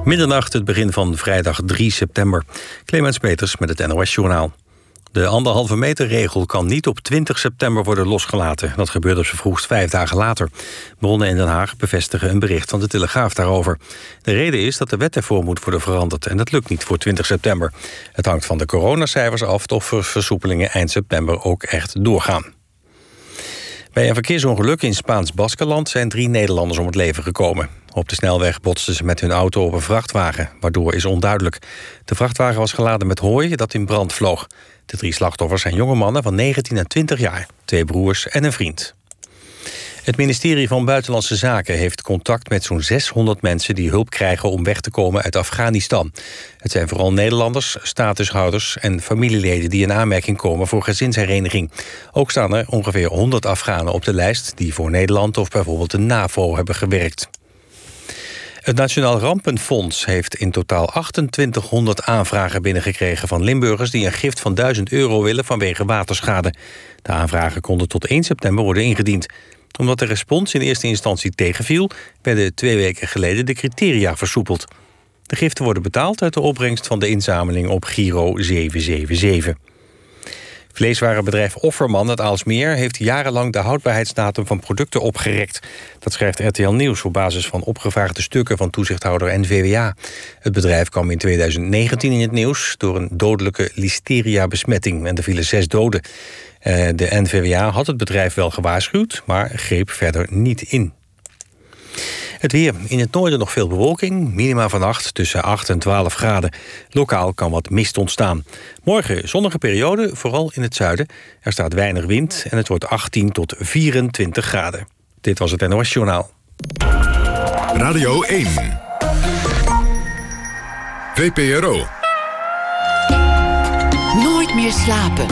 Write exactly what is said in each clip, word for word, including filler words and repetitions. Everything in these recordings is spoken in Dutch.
Middernacht, het begin van vrijdag drie september. Clemens Peters met het N O S-journaal. De anderhalve meter regel kan niet op twintig september worden losgelaten. Dat gebeurt op z'n vroegst vijf dagen later. Bronnen in Den Haag bevestigen een bericht van de Telegraaf daarover. De reden is dat de wet ervoor moet worden veranderd en dat lukt niet voor twintig september. Het hangt van de coronacijfers af of versoepelingen eind september ook echt doorgaan. Bij een verkeersongeluk in Spaans-Baskenland zijn drie Nederlanders om het leven gekomen. Op de snelweg botsten ze met hun auto op een vrachtwagen, waardoor is onduidelijk. De vrachtwagen was geladen met hooi dat in brand vloog. De drie slachtoffers zijn jonge mannen van negentien en twintig jaar, twee broers en een vriend. Het ministerie van Buitenlandse Zaken heeft contact met zo'n zeshonderd mensen die hulp krijgen om weg te komen uit Afghanistan. Het zijn vooral Nederlanders, statushouders en familieleden die in aanmerking komen voor gezinshereniging. Ook staan er ongeveer honderd Afghanen op de lijst die voor Nederland of bijvoorbeeld de NAVO hebben gewerkt. Het Nationaal Rampenfonds heeft in totaal achtentwintighonderd aanvragen binnengekregen van Limburgers die een gift van duizend euro willen vanwege waterschade. De aanvragen konden tot één september worden ingediend. Omdat de respons in eerste instantie tegenviel, werden twee weken geleden de criteria versoepeld. De giften worden betaald uit de opbrengst van de inzameling op Giro zeven zeven zeven. Vleeswarenbedrijf Offerman uit Aalsmeer heeft jarenlang de houdbaarheidsdatum van producten opgerekt. Dat schrijft R T L Nieuws op basis van opgevraagde stukken van toezichthouder N V W A. Het bedrijf kwam in tweeduizend negentien in het nieuws door een dodelijke listeria-besmetting en er vielen zes doden. De N V W A had het bedrijf wel gewaarschuwd, maar greep verder niet in. Het weer. In het noorden nog veel bewolking. Minima vannacht tussen acht en twaalf graden. Lokaal kan wat mist ontstaan. Morgen zonnige periode, vooral in het zuiden. Er staat weinig wind en het wordt achttien tot vierentwintig graden. Dit was het N O S-journaal. Radio één. V P R O. Nooit meer slapen.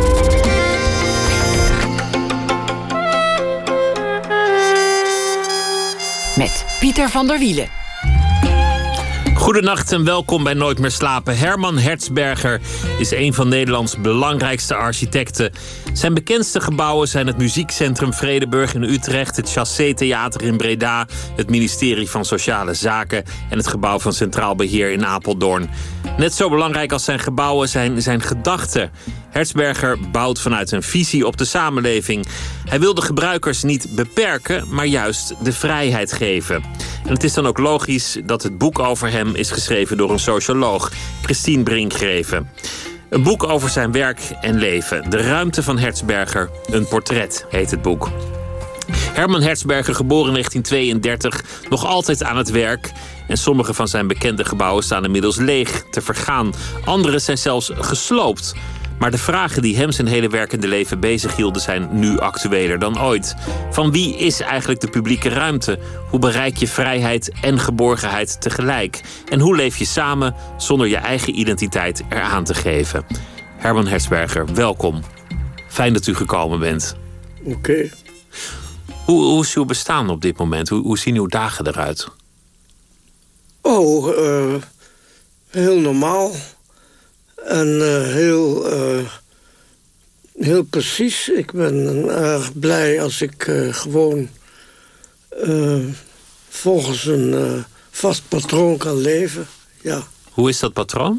Met Pieter van der Wielen. Goedenacht en welkom bij Nooit meer slapen. Herman Hertzberger is een van Nederlands belangrijkste architecten. Zijn bekendste gebouwen zijn het Muziekcentrum Vredenburg in Utrecht, het Chassé Theater in Breda, het ministerie van Sociale Zaken en het gebouw van Centraal Beheer in Apeldoorn. Net zo belangrijk als zijn gebouwen zijn zijn gedachten. Hertzberger bouwt vanuit een visie op de samenleving. Hij wil de gebruikers niet beperken, maar juist de vrijheid geven. En het is dan ook logisch dat het boek over hem is geschreven door een socioloog, Christine Brinkgreve. Een boek over zijn werk en leven. De ruimte van Hertzberger, een portret, heet het boek. Herman Hertzberger, geboren in negentien tweeëndertig, nog altijd aan het werk. En sommige van zijn bekende gebouwen staan inmiddels leeg, te vergaan. Andere zijn zelfs gesloopt. Maar de vragen die hem zijn hele werkende leven bezighielden zijn nu actueler dan ooit. Van wie is eigenlijk de publieke ruimte? Hoe bereik je vrijheid en geborgenheid tegelijk? En hoe leef je samen zonder je eigen identiteit eraan te geven? Herman Hertzberger, welkom. Fijn dat u gekomen bent. Oké. Okay. Hoe, hoe is uw bestaan op dit moment? Hoe, hoe zien uw dagen eruit? Oh, uh, heel normaal. En uh, heel, uh, heel precies. Ik ben erg blij als ik uh, gewoon uh, volgens een uh, vast patroon kan leven. Ja. Hoe is dat patroon?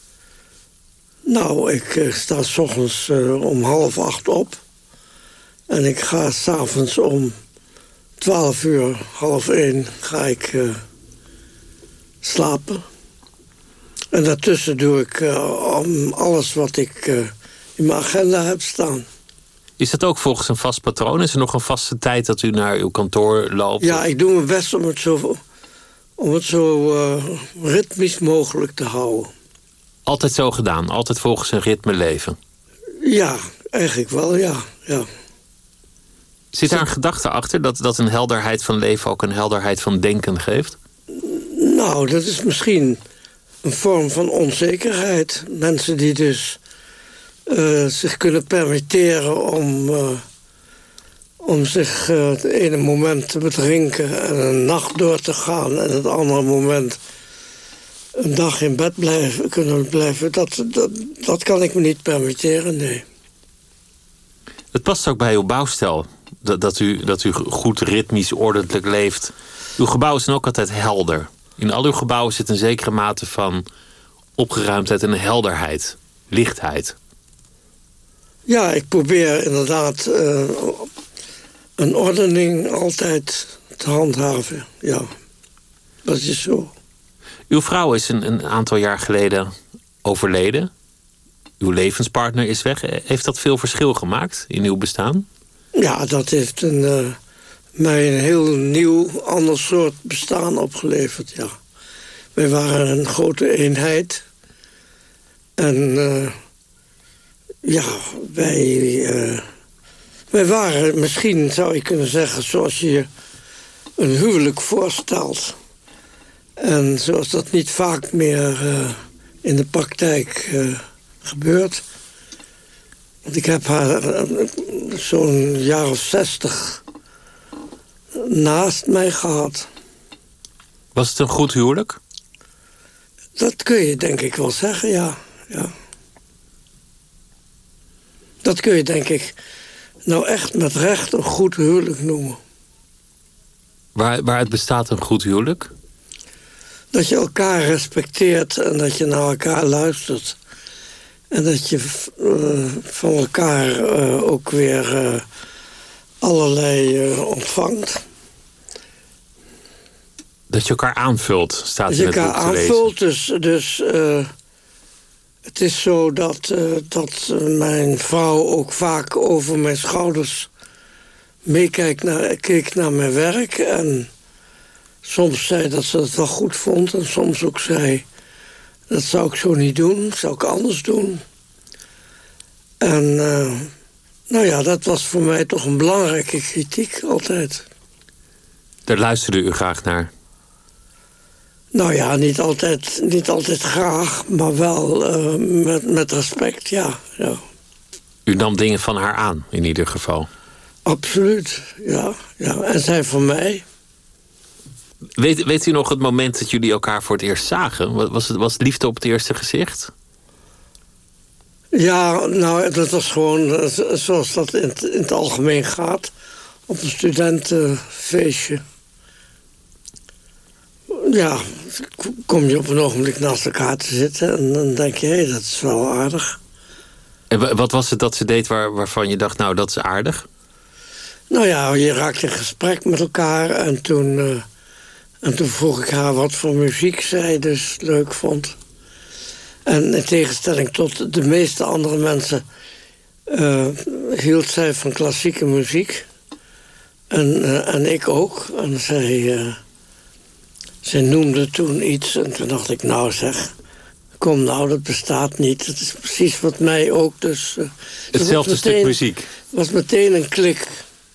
Nou, ik uh, sta 's ochtends uh, om half acht op. En ik ga 's avonds om twaalf uur, half één, ga ik uh, slapen. En daartussen doe ik uh, alles wat ik uh, in mijn agenda heb staan. Is dat ook volgens een vast patroon? Is er nog een vaste tijd dat u naar uw kantoor loopt? Ja, ik doe mijn best om het zo, om het zo uh, ritmisch mogelijk te houden. Altijd zo gedaan? Altijd volgens een ritme leven? Ja, eigenlijk wel, ja. ja. Zit daar een gedachte achter dat, dat een helderheid van leven ook een helderheid van denken geeft? Nou, dat is misschien een vorm van onzekerheid. Mensen die dus uh, zich kunnen permitteren om, uh, om zich uh, het ene moment te bedrinken en een nacht door te gaan en het andere moment een dag in bed blijven, kunnen blijven. Dat, dat, dat kan ik me niet permitteren, nee. Het past ook bij uw bouwstijl. Dat, dat, u, dat u goed ritmisch, ordentelijk leeft. Uw gebouwen zijn ook altijd helder. In al uw gebouwen zit een zekere mate van opgeruimdheid en helderheid, lichtheid. Ja, ik probeer inderdaad uh, een ordening altijd te handhaven. Ja, dat is zo. Uw vrouw is een, een aantal jaar geleden overleden. Uw levenspartner is weg. Heeft dat veel verschil gemaakt in uw bestaan? Ja, dat heeft een, uh, mij een heel nieuw, ander soort bestaan opgeleverd, ja. Wij waren een grote eenheid. En uh, ja, wij, uh, wij waren, misschien zou je kunnen zeggen, zoals je een huwelijk voorstelt. En zoals dat niet vaak meer uh, in de praktijk uh, gebeurt. Want ik heb haar uh, zo'n jaar of zestig naast mij gehad. Was het een goed huwelijk? Dat kun je denk ik wel zeggen, ja. ja. Dat kun je denk ik nou echt met recht een goed huwelijk noemen. Waar, waaruit bestaat een goed huwelijk? Dat je elkaar respecteert en dat je naar elkaar luistert. En dat je uh, van elkaar uh, ook weer uh, allerlei uh, ontvangt. Dat je elkaar aanvult, staat dat in het boek elkaar te lezen. aanvult, dus, dus uh, het is zo dat, uh, dat mijn vrouw ook vaak over mijn schouders meekijkt naar, keek naar mijn werk. En soms zei dat ze het wel goed vond en soms ook zei, dat zou ik zo niet doen, zou ik anders doen. En uh, nou ja, dat was voor mij toch een belangrijke kritiek altijd. Daar luisterde u graag naar? Nou ja, niet altijd, niet altijd graag, maar wel uh, met, met respect, ja, ja. U nam dingen van haar aan, in ieder geval? Absoluut, ja. ja. En zij van mij. Weet, weet u nog het moment dat jullie elkaar voor het eerst zagen? Was het, was het liefde op het eerste gezicht? Ja, nou, dat was gewoon zoals dat in het, in het algemeen gaat. Op een studentenfeestje. Ja, kom je op een ogenblik naast elkaar te zitten en dan denk je, hé, hey, dat is wel aardig. En wat was het dat ze deed waar, waarvan je dacht, nou, dat is aardig? Nou ja, je raakt in gesprek met elkaar en toen, uh, en toen vroeg ik haar wat voor muziek zij dus leuk vond. En in tegenstelling tot de meeste andere mensen uh, hield zij van klassieke muziek. En, uh, en ik ook. En zij, uh, zij noemde toen iets en toen dacht ik, nou zeg, kom nou, dat bestaat niet. Dat is precies wat mij ook dus... Uh, Hetzelfde meteen, stuk muziek? Was meteen een klik.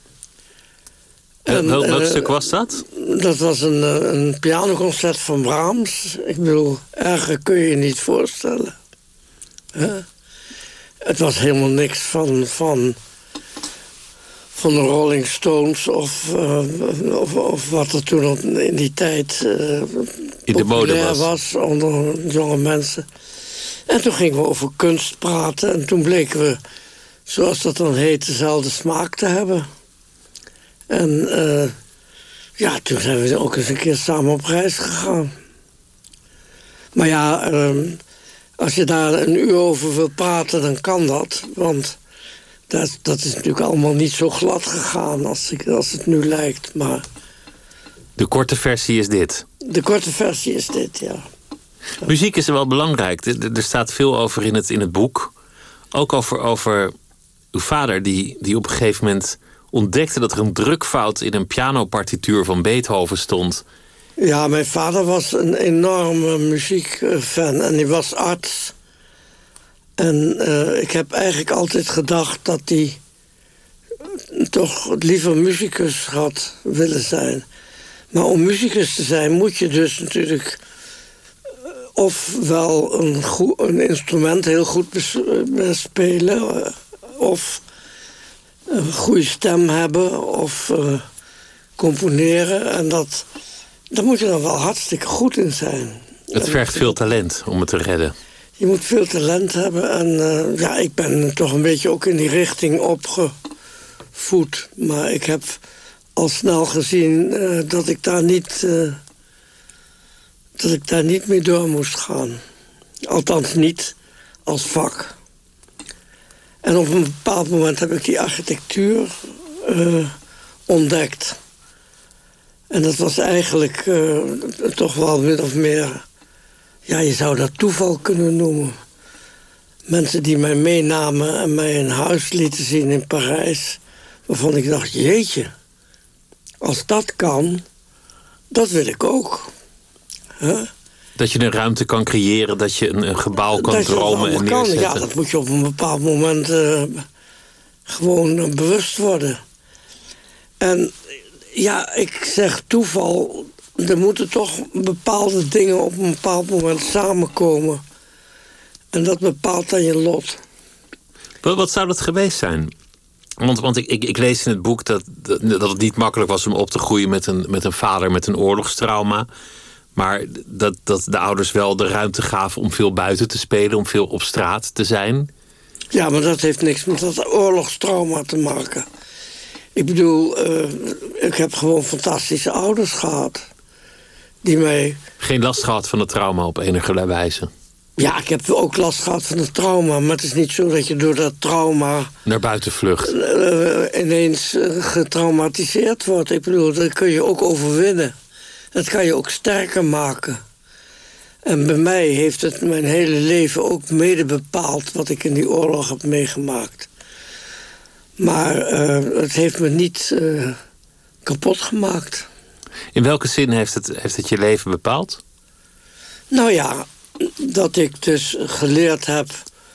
En, Wel, welk uh, stuk was dat? Dat was een, een pianoconcert van Brahms. Ik bedoel, erger kun je je niet voorstellen. Huh? Het was helemaal niks van, van, van de Rolling Stones of, uh, of, of wat er toen in die tijd uh, in de mode was. was onder jonge mensen. En toen gingen we over kunst praten en toen bleken we, zoals dat dan heet, dezelfde smaak te hebben. En uh, ja, toen zijn we ook eens een keer samen op reis gegaan. Maar ja, um, als je daar een uur over wil praten, dan kan dat. Want dat, dat is natuurlijk allemaal niet zo glad gegaan als, ik, als het nu lijkt. Maar de korte versie is dit? De korte versie is dit, ja. ja. Muziek is wel belangrijk. Er, er staat veel over in het, in het boek. Ook over, over uw vader, die, die op een gegeven moment ontdekte dat er een drukfout in een pianopartituur van Beethoven stond. Ja, mijn vader was een enorme muziekfan en hij was arts. En uh, ik heb eigenlijk altijd gedacht dat hij toch liever muzikus had willen zijn. Maar om muzikus te zijn moet je dus natuurlijk of wel een, goed, een instrument heel goed bespelen, of een goede stem hebben, of uh, componeren. En dat, daar moet je dan wel hartstikke goed in zijn. Het vergt veel talent om het te redden. Je moet veel talent hebben. En uh, ja, ik ben toch een beetje ook in die richting opgevoed. Maar ik heb al snel gezien uh, dat ik daar niet... Uh, dat ik daar niet mee door moest gaan. Althans niet als vak. En op een bepaald moment heb ik die architectuur uh, ontdekt. En dat was eigenlijk uh, toch wel min of meer... ja, je zou dat toeval kunnen noemen. Mensen die mij meenamen en mij een huis lieten zien in Parijs... waarvan ik dacht, jeetje, als dat kan, dat wil ik ook. Huh? Dat je een ruimte kan creëren, dat je een, een gebouw kan dat dromen en neerzetten. Ja, dat moet je op een bepaald moment uh, gewoon uh, bewust worden. En ja, ik zeg toeval, er moeten toch bepaalde dingen op een bepaald moment samenkomen. En dat bepaalt dan je lot. Wat, wat zou dat geweest zijn? Want, want ik, ik, ik lees in het boek dat, dat, dat het niet makkelijk was om op te groeien met een, met een vader met een oorlogstrauma. Maar dat, dat de ouders wel de ruimte gaven om veel buiten te spelen, om veel op straat te zijn. Ja, maar dat heeft niks met dat oorlogstrauma te maken. Ik bedoel, uh, ik heb gewoon fantastische ouders gehad. Die mij... Geen last gehad van het trauma op enige wijze? Ja, ik heb ook last gehad van het trauma. Maar het is niet zo dat je door dat trauma... naar buiten vlucht. Uh, ineens uh, getraumatiseerd wordt. Ik bedoel, dat kun je ook overwinnen. Dat kan je ook sterker maken. En bij mij heeft het mijn hele leven ook mede bepaald... wat ik in die oorlog heb meegemaakt. Maar uh, het heeft me niet uh, kapot gemaakt. In welke zin heeft het, heeft het je leven bepaald? Nou ja, dat ik dus geleerd heb...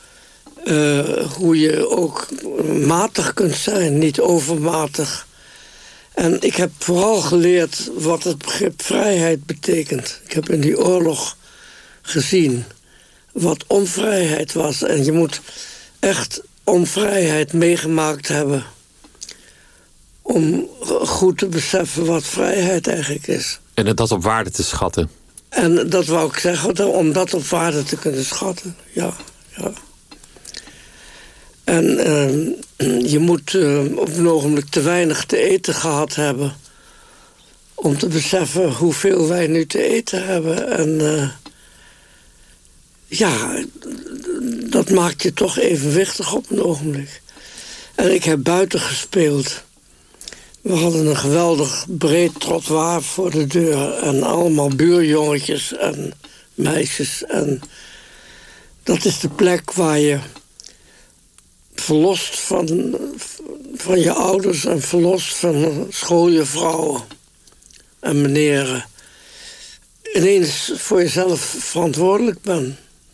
Uh, hoe je ook matig kunt zijn, niet overmatig. En ik heb vooral geleerd wat het begrip vrijheid betekent. Ik heb in die oorlog gezien wat onvrijheid was. En je moet echt onvrijheid meegemaakt hebben... om goed te beseffen wat vrijheid eigenlijk is. En dat op waarde te schatten. En dat wou ik zeggen, om dat op waarde te kunnen schatten. Ja, ja. En uh, je moet uh, op een ogenblik te weinig te eten gehad hebben... om te beseffen hoeveel wij nu te eten hebben. En uh, ja, dat maakt je toch evenwichtig op een ogenblik. En ik heb buiten gespeeld. We hadden een geweldig breed trottoir voor de deur... en allemaal buurjongetjes en meisjes. En dat is de plek waar je... verlost van, van je ouders en verlost van schooljuffrouwen en meneren... ineens voor jezelf verantwoordelijk bent.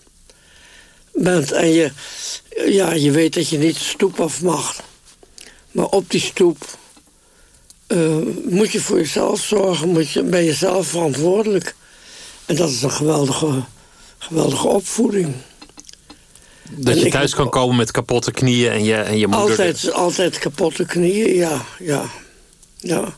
bent. En je, ja, je weet dat je niet de stoep af mag. Maar op die stoep uh, moet je voor jezelf zorgen, moet je, ben je zelf verantwoordelijk. En dat is een geweldige, geweldige opvoeding. Dat je thuis kan komen met kapotte knieën en je, en je moeder... Altijd, altijd kapotte knieën, ja, ja, ja.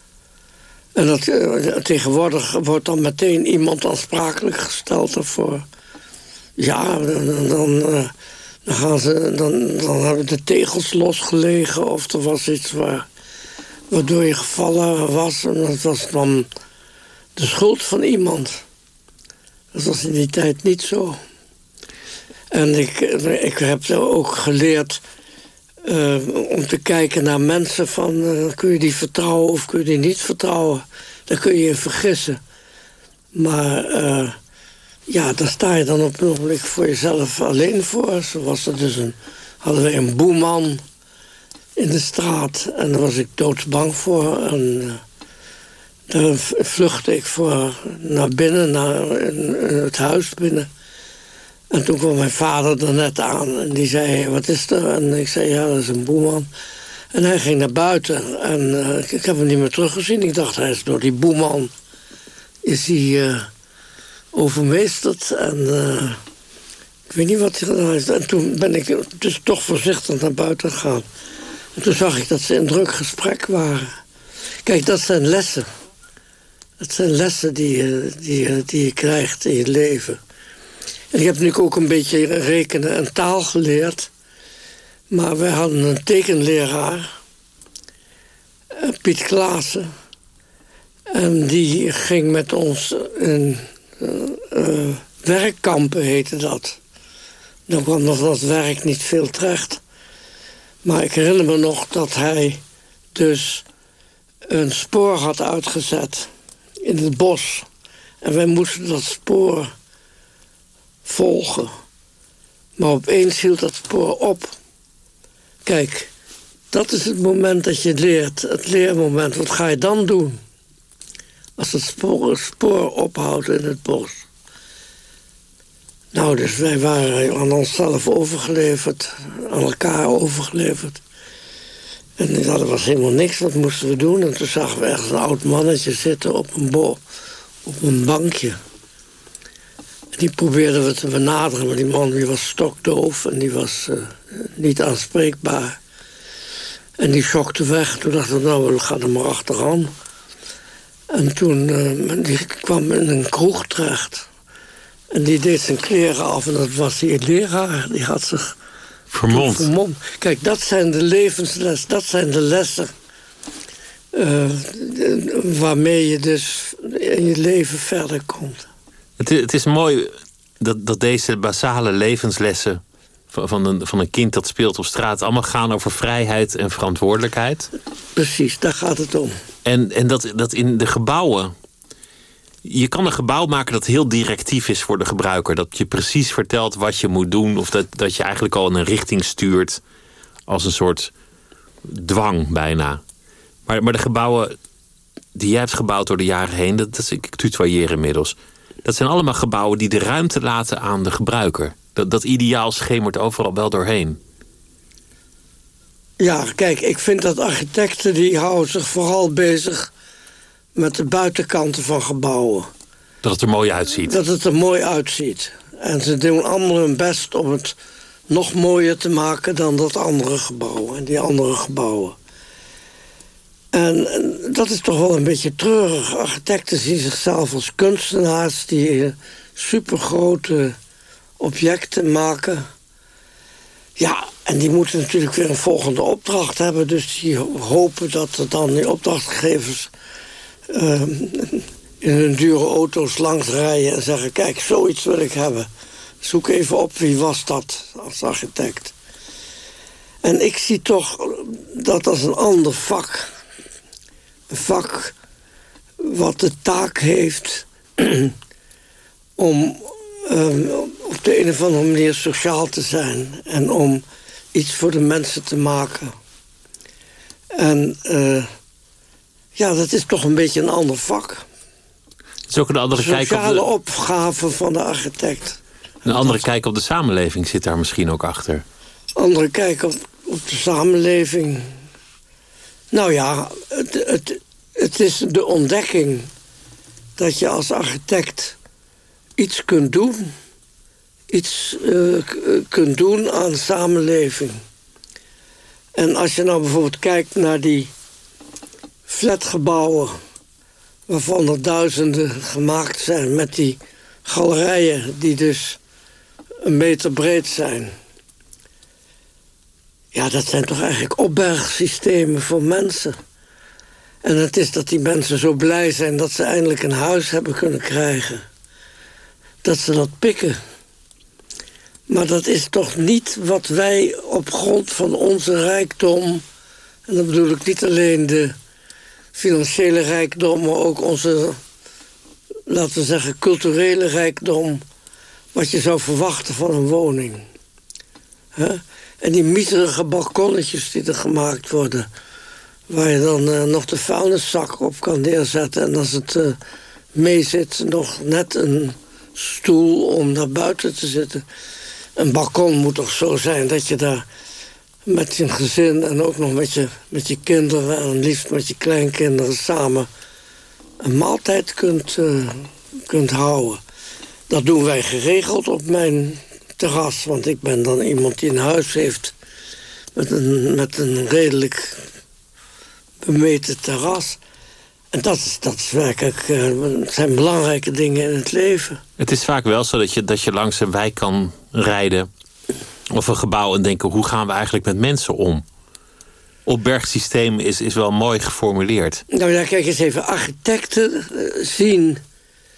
En dat, uh, tegenwoordig wordt dan meteen iemand aansprakelijk gesteld daarvoor. Ja, dan, dan, uh, dan, gaan ze, dan, dan hebben de tegels losgelegen... of er was iets waar, waardoor je gevallen was. En dat was dan de schuld van iemand. Dat was in die tijd niet zo. En ik, ik heb ook geleerd uh, om te kijken naar mensen van... Uh, kun je die vertrouwen of kun je die niet vertrouwen? Daar kun je je vergissen. Maar uh, ja, daar sta je dan op een ogenblik voor jezelf alleen voor. Zo was er dus een, hadden we een boeman in de straat. En daar was ik doodsbang voor. En uh, daar vluchtte ik voor naar binnen, naar in, in het huis binnen... En toen kwam mijn vader er net aan en die zei, wat is er? En ik zei, ja, dat is een boeman. En hij ging naar buiten en uh, ik, ik heb hem niet meer teruggezien. Ik dacht, hij is door die boeman is hij uh, overmeesterd. En uh, ik weet niet wat hij gedaan heeft. En toen ben ik dus toch voorzichtig naar buiten gegaan. En toen zag ik dat ze in druk gesprek waren. Kijk, dat zijn lessen. Dat zijn lessen die je, die, je, die je krijgt in je leven. En ik heb natuurlijk ook een beetje rekenen en taal geleerd. Maar wij hadden een tekenleraar, Piet Klaassen. En die ging met ons in uh, werkkampen, heette dat. Dan kwam nog dat werk niet veel terecht. Maar ik herinner me nog dat hij dus een spoor had uitgezet in het bos. En wij moesten dat spoor volgen. Maar opeens hield dat spoor op. Kijk, dat is het moment dat je leert, het leermoment. Wat ga je dan doen? Als het spoor, spoor ophoudt in het bos. Nou, dus wij waren aan onszelf overgeleverd, aan elkaar overgeleverd. En ja, er was helemaal niks, wat moesten we doen? En toen zagen we ergens een oud mannetje zitten op een, bo op een bankje. En die probeerden we te benaderen, maar die man die was stokdoof en die was uh, niet aanspreekbaar. En die schokte weg. Toen dachten we, nou, we gaan er maar achteraan. En toen uh, die kwam in een kroeg terecht. En die deed zijn kleren af en dat was die leraar. Die had zich vermomd. vermomd. Kijk, dat zijn de levenslessen, dat zijn de lessen uh, waarmee je dus in je leven verder komt. Het is, het is mooi dat, dat deze basale levenslessen van, van, een, van een kind dat speelt op straat allemaal gaan over vrijheid en verantwoordelijkheid. Precies, daar gaat het om. En, en dat, dat in de gebouwen. Je kan een gebouw maken dat heel directief is voor de gebruiker. Dat je precies vertelt wat je moet doen. Of dat, dat je eigenlijk al in een richting stuurt. Als een soort dwang bijna. Maar, maar de gebouwen die jij hebt gebouwd door de jaren heen. Dat, dat is, ik tutoieer inmiddels. Dat zijn allemaal gebouwen die de ruimte laten aan de gebruiker. Dat, dat ideaal schemert overal wel doorheen. Ja, kijk, ik vind dat architecten die houden zich vooral bezig met de buitenkanten van gebouwen. Dat het er mooi uitziet. Dat het er mooi uitziet. En ze doen allemaal hun best om het nog mooier te maken dan dat andere gebouw en die andere gebouwen. En, en dat is toch wel een beetje treurig. Architecten zien zichzelf als kunstenaars die supergrote objecten maken. Ja, en die moeten natuurlijk weer een volgende opdracht hebben. Dus die hopen dat er dan die opdrachtgevers uh, in hun dure auto's langs rijden en zeggen, kijk, zoiets wil ik hebben. Zoek even op, wie was dat als architect? En ik zie toch dat als een ander vak. Een vak wat de taak heeft om um, op de een of andere manier sociaal te zijn. En om iets voor de mensen te maken. En uh, ja, dat is toch een beetje een ander vak. Het is ook een andere kijk op de sociale opgave van de architect. Een andere kijk op de samenleving zit daar misschien ook achter. Andere kijk op, op de samenleving. Nou ja, het, het, het is de ontdekking dat je als architect iets kunt doen. Iets uh, kunt doen aan de samenleving. En als je nou bijvoorbeeld kijkt naar die flatgebouwen, waarvan er duizenden gemaakt zijn, met die galerijen die dus een meter breed zijn. Ja, dat zijn toch eigenlijk opbergsystemen voor mensen. En het is dat die mensen zo blij zijn dat ze eindelijk een huis hebben kunnen krijgen. Dat ze dat pikken. Maar dat is toch niet wat wij op grond van onze rijkdom, en dan bedoel ik niet alleen de financiële rijkdom, maar ook onze, laten we zeggen, culturele rijkdom, wat je zou verwachten van een woning. He? En die miserige balkonnetjes die er gemaakt worden, waar je dan uh, nog de vuilniszak op kan neerzetten en als het uh, mee zit, nog net een stoel om naar buiten te zitten. Een balkon moet toch zo zijn dat je daar met je gezin en ook nog met je, met je kinderen en liefst met je kleinkinderen samen een maaltijd kunt, uh, kunt houden. Dat doen wij geregeld op mijn terras, want ik ben dan iemand die een huis heeft met een, met een redelijk bemeten terras. En dat is, dat is werkelijk, uh, het zijn belangrijke dingen in het leven. Het is vaak wel zo dat je, dat je langs een wijk kan rijden of een gebouw en denken, hoe gaan we eigenlijk met mensen om? Opbergsysteem is, is wel mooi geformuleerd. Nou ja, kijk eens even. Architecten uh, zien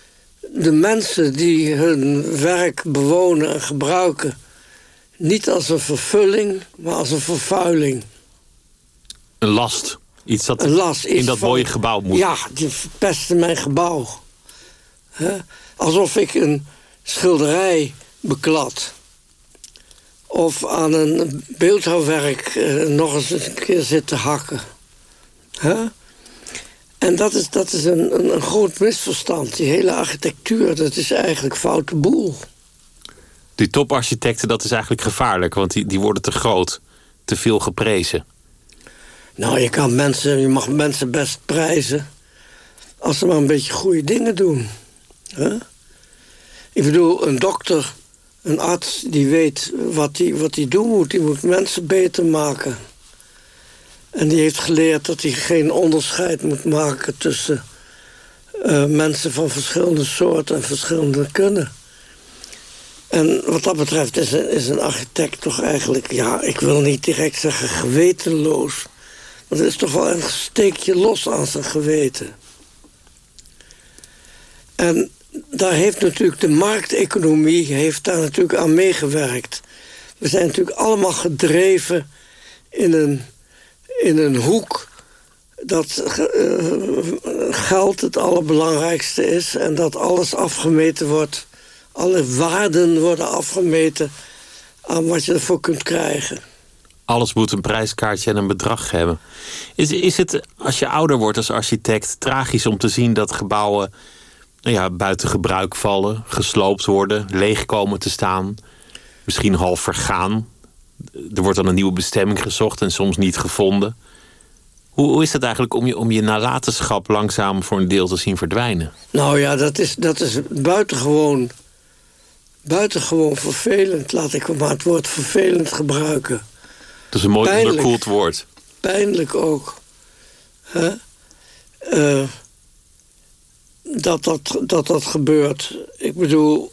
de mensen die hun werk bewonen en gebruiken niet als een vervulling, maar als een vervuiling. Een last. Iets dat een last, in dat van, mooie gebouw moet. Ja, die verpesten mijn gebouw. He? Alsof ik een schilderij beklad. Of aan een beeldhouwwerk eh, nog eens een keer zit te hakken. He? En dat is, dat is een, een, een groot misverstand. Die hele architectuur, dat is eigenlijk foute boel. Die toparchitecten, dat is eigenlijk gevaarlijk. Want die, die worden te groot, te veel geprezen. Nou, je, kan mensen, je mag mensen best prijzen als ze maar een beetje goede dingen doen. Huh? Ik bedoel, een dokter, een arts, die weet wat hij wat die doen moet. Die moet mensen beter maken. En die heeft geleerd dat hij geen onderscheid moet maken tussen uh, mensen van verschillende soorten en verschillende kunnen. En wat dat betreft is een, is een architect toch eigenlijk, ja, ik wil niet direct zeggen gewetenloos. Maar er is toch wel een steekje los aan zijn geweten. En daar heeft natuurlijk de markteconomie heeft daar natuurlijk aan meegewerkt. We zijn natuurlijk allemaal gedreven in een, in een hoek dat uh, geld het allerbelangrijkste is en dat alles afgemeten wordt. Alle waarden worden afgemeten aan wat je ervoor kunt krijgen. Alles moet een prijskaartje en een bedrag hebben. Is, is het, als je ouder wordt als architect, tragisch om te zien dat gebouwen nou ja, buiten gebruik vallen, gesloopt worden, leeg komen te staan, misschien half vergaan? Er wordt dan een nieuwe bestemming gezocht en soms niet gevonden. Hoe, hoe is het eigenlijk om je, om je nalatenschap langzaam voor een deel te zien verdwijnen? Nou ja, dat is, dat is buitengewoon, buitengewoon vervelend. Laat ik maar het woord vervelend gebruiken. Dat is een mooi Pijnlijk. onderkoeld woord. Pijnlijk ook. Huh? Uh, dat, dat, dat dat gebeurt. Ik bedoel,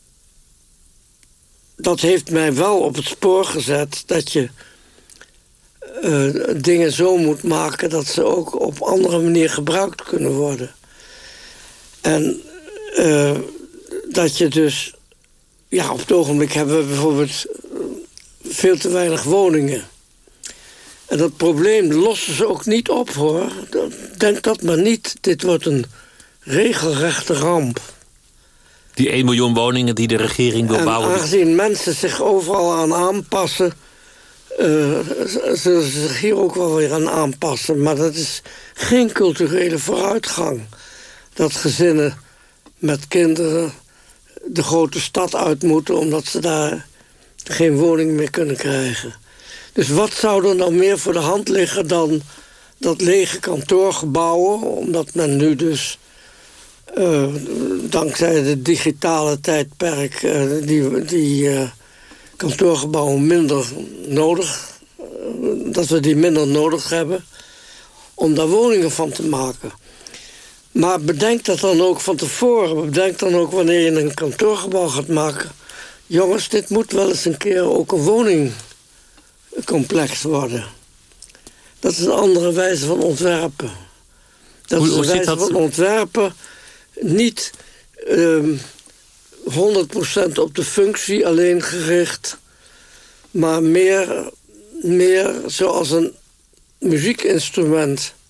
dat heeft mij wel op het spoor gezet dat je uh, dingen zo moet maken dat ze ook op andere manier gebruikt kunnen worden. En uh, dat je dus, ja, op het ogenblik hebben we bijvoorbeeld veel te weinig woningen. En dat probleem lossen ze ook niet op, hoor. Denk dat maar niet. Dit wordt een regelrechte ramp. Die één miljoen woningen die de regering wil en bouwen. Aangezien die... mensen zich overal aan aanpassen, Uh, zullen ze zich hier ook wel weer aan aanpassen. Maar dat is geen culturele vooruitgang. Dat gezinnen met kinderen de grote stad uit moeten omdat ze daar geen woning meer kunnen krijgen. Dus wat zou er nou meer voor de hand liggen dan dat lege kantoorgebouwen, omdat men nu dus uh, dankzij de digitale tijdperk uh, die, die uh, kantoorgebouwen minder nodig, uh, dat we die minder nodig hebben om daar woningen van te maken. Maar bedenk dat dan ook van tevoren. Bedenk dan ook wanneer je een kantoorgebouw gaat maken. Jongens, dit moet wel eens een keer ook een woningcomplex worden. Dat is een andere wijze van ontwerpen. Dat hoe, is een hoe wijze zit dat? van ontwerpen niet um, honderd procent op de functie alleen gericht, maar meer, meer zoals een muziekinstrument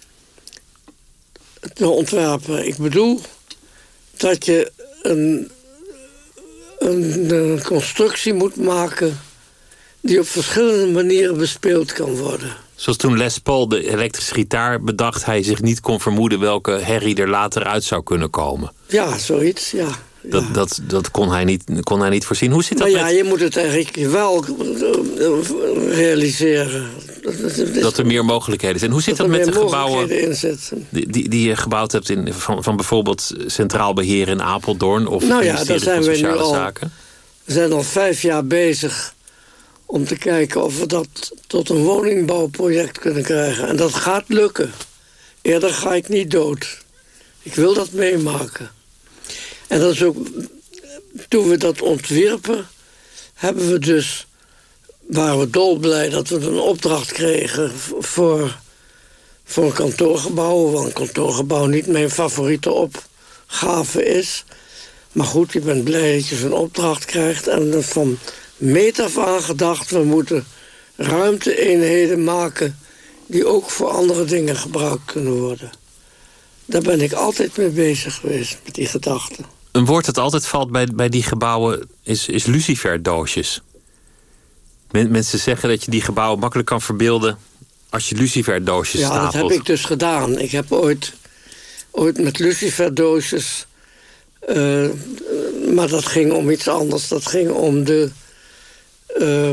te ontwerpen. Ik bedoel dat je een, een, een constructie moet maken die op verschillende manieren bespeeld kan worden. Zoals toen Les Paul de elektrische gitaar bedacht, hij zich niet kon vermoeden welke herrie er later uit zou kunnen komen. Ja, zoiets, ja. Dat, ja. dat, dat kon, hij niet, kon hij niet voorzien. Hoe zit dat nou ja, met... je moet het eigenlijk wel realiseren. Dat er meer mogelijkheden zijn. Hoe zit dat, dat met de gebouwen die, die, die je gebouwd hebt in, van, van bijvoorbeeld Centraal Beheer in Apeldoorn of nou ja, ministerie daar zijn van we Sociale nu al, Zaken? We zijn al vijf jaar bezig om te kijken of we dat tot een woningbouwproject kunnen krijgen. En dat gaat lukken. Eerder ga ik niet dood. Ik wil dat meemaken. En dat is ook, toen we dat ontwierpen, hebben we dus, waren we dolblij dat we een opdracht kregen voor, voor een kantoorgebouw. Want een kantoorgebouw niet mijn favoriete gave is. Maar goed, je bent blij dat je zo'n opdracht krijgt. En van meet af aan gedacht, we moeten ruimte-eenheden maken die ook voor andere dingen gebruikt kunnen worden. Daar ben ik altijd mee bezig geweest, met die gedachten. Een woord dat altijd valt bij, bij die gebouwen is, is luciferdoosjes. Men, mensen zeggen dat je die gebouwen makkelijk kan verbeelden als je luciferdoosjes ja, stapelt. Ja, dat heb ik dus gedaan. Ik heb ooit, ooit met luciferdoosjes... Uh, maar dat ging om iets anders. Dat ging om de uh,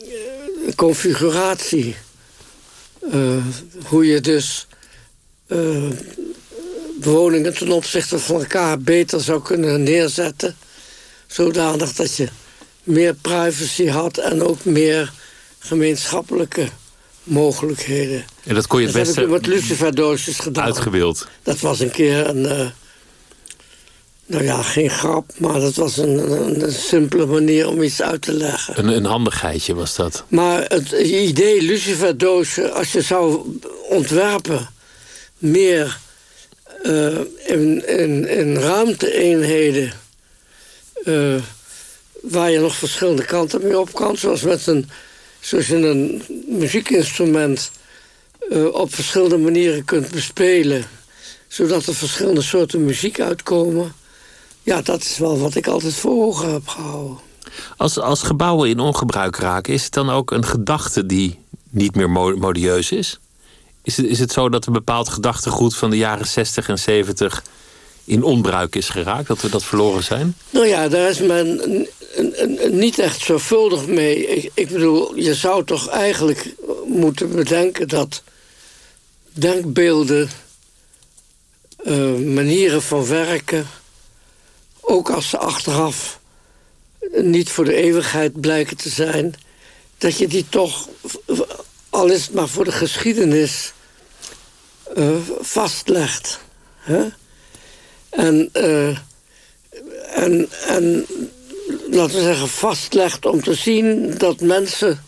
configuratie. Uh, hoe je dus uh, woningen ten opzichte van elkaar beter zou kunnen neerzetten. Zodanig dat je meer privacy had en ook meer gemeenschappelijke mogelijkheden. En dat kon je het dat beste heb ik met luciferdoosjes gedaan. Uitgebeeld. Dat was een keer een... Uh, nou ja, geen grap, maar dat was een, een, een simpele manier om iets uit te leggen. Een, een handigheidje was dat. Maar het idee luciferdoosje, als je zou ontwerpen... meer uh, in, in, in ruimte-eenheden... Uh, waar je nog verschillende kanten mee op kan. Zoals, met een, zoals je een muziekinstrument... Uh, op verschillende manieren kunt bespelen... zodat er verschillende soorten muziek uitkomen... Ja, dat is wel wat ik altijd voor ogen heb gehouden. Als, als gebouwen in ongebruik raken, is het dan ook een gedachte die niet meer modieus is? Is het, is het zo dat een bepaald gedachtegoed van de jaren zestig en zeventig in onbruik is geraakt? Dat we dat verloren zijn? Nou ja, daar is men niet echt zorgvuldig mee. Ik, ik bedoel, je zou toch eigenlijk moeten bedenken dat denkbeelden, uh, manieren van werken... ook als ze achteraf niet voor de eeuwigheid blijken te zijn... dat je die toch, al is het maar voor de geschiedenis, uh, vastlegt. Hè? En, uh, en, en, laten we zeggen, vastlegt om te zien dat mensen...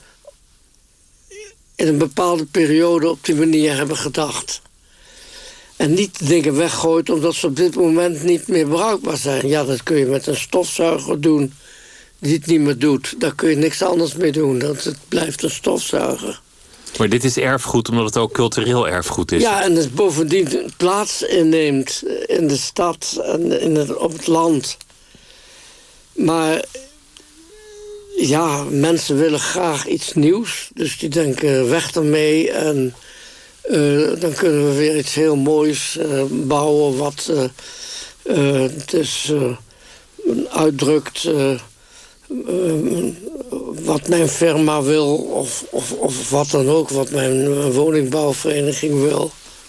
in een bepaalde periode op die manier hebben gedacht... En niet dingen weggooit omdat ze op dit moment niet meer bruikbaar zijn. Ja, dat kun je met een stofzuiger doen die het niet meer doet. Daar kun je niks anders mee doen. Dat het blijft een stofzuiger. Maar dit is erfgoed omdat het ook cultureel erfgoed is. Ja, en het bovendien plaats inneemt in de stad en in het, op het land. Maar ja, mensen willen graag iets nieuws. Dus die denken weg ermee en... Uh, dan kunnen we weer iets heel moois uh, bouwen... wat uh, uh, dus, uh, uitdrukt uh, uh, wat mijn firma wil... Of, of, of wat dan ook, wat mijn woningbouwvereniging wil.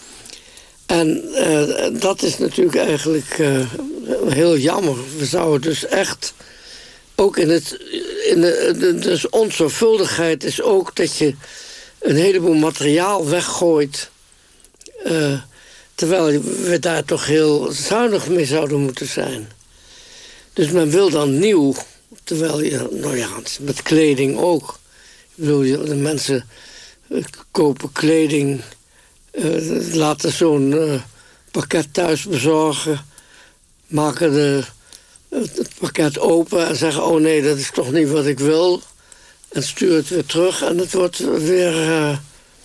En uh, dat is natuurlijk eigenlijk uh, heel jammer. We zouden dus echt... ook in het... In de, de, dus onzorgvuldigheid is ook dat je... een heleboel materiaal weggooit... Uh, terwijl we daar toch heel zuinig mee zouden moeten zijn. Dus men wil dan nieuw... terwijl je, nou ja, met kleding ook. Ik bedoel, de mensen uh, kopen kleding... Uh, laten zo'n uh, pakket thuis bezorgen... maken de, het pakket open en zeggen... oh nee, dat is toch niet wat ik wil... En stuur het weer terug en het wordt weer... Uh,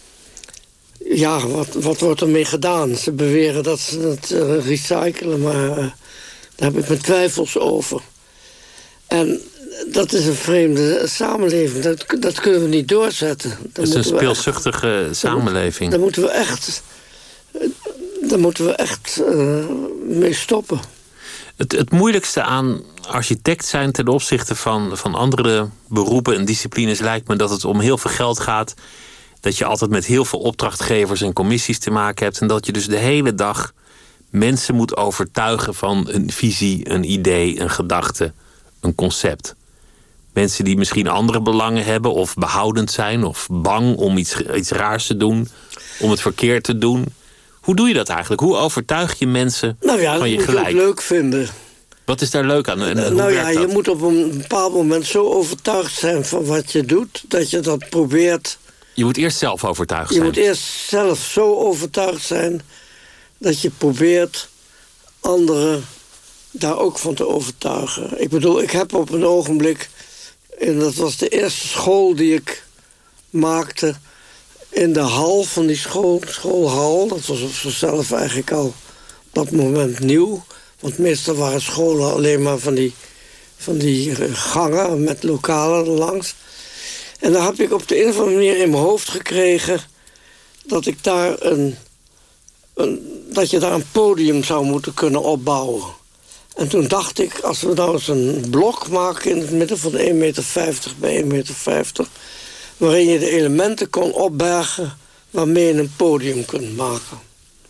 ja, wat, wat wordt ermee gedaan? Ze beweren dat ze het uh, recyclen, maar uh, daar heb ik mijn twijfels over. En dat is een vreemde samenleving. Dat, dat kunnen we niet doorzetten. Het is een speelzuchtige echt, samenleving. Daar moeten we echt, daar moeten we echt uh, mee stoppen. Het, het moeilijkste aan architect zijn ten opzichte van, van andere beroepen en disciplines... lijkt me dat het om heel veel geld gaat. Dat je altijd met heel veel opdrachtgevers en commissies te maken hebt. En dat je dus de hele dag mensen moet overtuigen van een visie, een idee, een gedachte, een concept. Mensen die misschien andere belangen hebben of behoudend zijn... of bang om iets, iets raars te doen, om het verkeerd te doen... Hoe doe je dat eigenlijk? Hoe overtuig je mensen nou ja, van je dat gelijk? moet je ook leuk vinden. Wat is daar leuk aan? En uh, hoe nou werkt ja, dat? je moet op een bepaald moment zo overtuigd zijn van wat je doet... dat je dat probeert... Je moet eerst zelf overtuigd je zijn. Je moet eerst zelf zo overtuigd zijn... dat je probeert anderen daar ook van te overtuigen. Ik bedoel, ik heb op een ogenblik... en dat was de eerste school die ik maakte... in de hal van die school, schoolhal. Dat was op zichzelf eigenlijk al op dat moment nieuw. Want meestal waren scholen alleen maar van die, van die gangen... met lokalen langs. En dan heb ik op de een of andere manier in mijn hoofd gekregen... dat ik daar een, een, dat je daar een podium zou moeten kunnen opbouwen. En toen dacht ik, als we nou eens een blok maken... in het midden van één meter vijftig bij één meter vijftig... waarin je de elementen kon opbergen... waarmee je een podium kunt maken.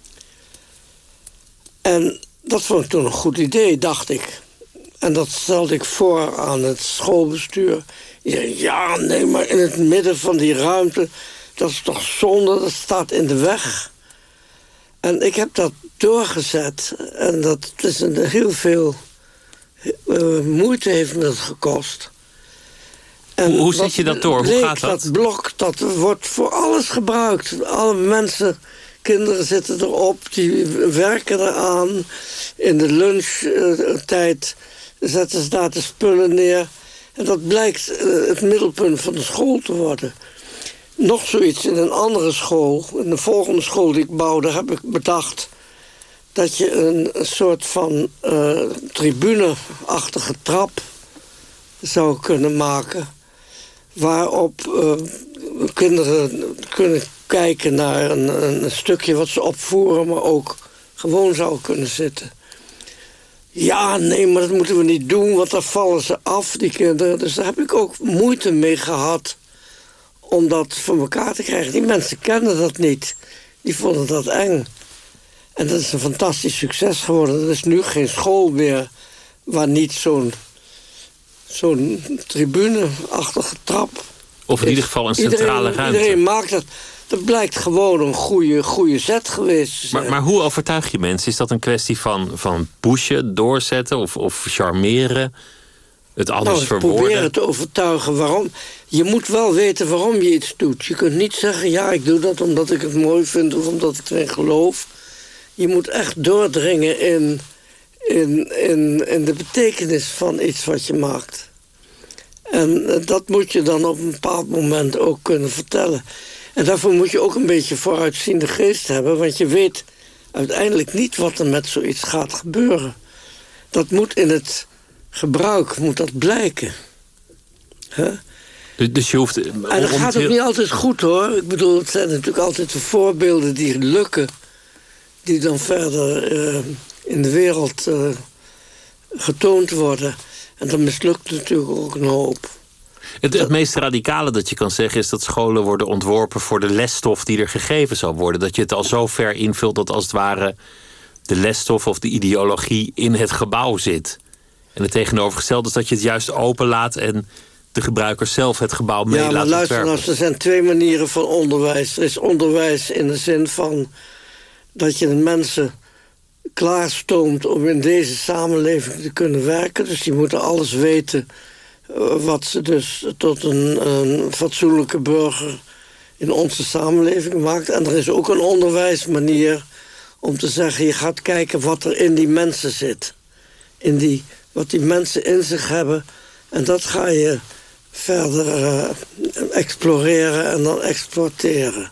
En dat vond ik toen een goed idee, dacht ik. En dat stelde ik voor aan het schoolbestuur. Die zei, ja, nee, maar in het midden van die ruimte... dat is toch zonde, dat staat in de weg. En ik heb dat doorgezet. En dat is een, heel veel uh, moeite heeft me dat gekost. En hoe hoe zet je dat door? Hoe gaat dat? Dat blok, dat wordt voor alles gebruikt. Alle mensen, kinderen zitten erop, die werken eraan. In de lunchtijd zetten ze daar de spullen neer. En dat blijkt uh, het middelpunt van de school te worden. Nog zoiets in een andere school, in de volgende school die ik bouwde... heb ik bedacht dat je een, een soort van uh, tribune-achtige trap zou kunnen maken... waarop uh, kinderen kunnen kijken naar een, een stukje wat ze opvoeren... maar ook gewoon zouden kunnen zitten. Ja, nee, maar dat moeten we niet doen, want dan vallen ze af, die kinderen. Dus daar heb ik ook moeite mee gehad... om dat voor elkaar te krijgen. Die mensen kenden dat niet. Die vonden dat eng. En dat is een fantastisch succes geworden. Er is nu geen school meer... waar niet zo'n zo'n tribune-achtige trap... Of in is. Ieder geval een centrale iedereen, ruimte. Iedereen maakt dat. Dat blijkt gewoon een goede, goede zet geweest te zijn. Maar, maar hoe overtuig je mensen? Is dat een kwestie van, van pushen, doorzetten of, of charmeren... Het anders nou, verwoorden. Proberen te overtuigen waarom. Je moet wel weten waarom je iets doet. Je kunt niet zeggen, ja, ik doe dat omdat ik het mooi vind... of omdat ik erin geloof. Je moet echt doordringen in, in, in, in de betekenis van iets wat je maakt. En dat moet je dan op een bepaald moment ook kunnen vertellen. En daarvoor moet je ook een beetje vooruitziende geest hebben... want je weet uiteindelijk niet wat er met zoiets gaat gebeuren. Dat moet in het... gebruik moet dat blijken. Huh? Dus je hoeft... En dat gaat ook niet altijd goed, hoor. Ik bedoel, het zijn natuurlijk altijd de voorbeelden die lukken... die dan verder uh, in de wereld uh, getoond worden. En dan mislukt natuurlijk ook een hoop. Het, het meest radicale dat je kan zeggen is dat scholen worden ontworpen... voor de lesstof die er gegeven zal worden. Dat je het al zo ver invult dat als het ware... de lesstof of de ideologie in het gebouw zit... En het tegenovergestelde is dat je het juist openlaat... en de gebruikers zelf het gebouw mee laten ontwerpen. Ja, maar luister, nou, er zijn twee manieren van onderwijs. Er is onderwijs in de zin van... dat je de mensen klaarstoomt om in deze samenleving te kunnen werken. Dus die moeten alles weten... wat ze dus tot een, een fatsoenlijke burger... in onze samenleving maakt. En er is ook een onderwijsmanier om te zeggen... je gaat kijken wat er in die mensen zit. In die... wat die mensen in zich hebben. En dat ga je verder uh, exploreren en dan exploiteren.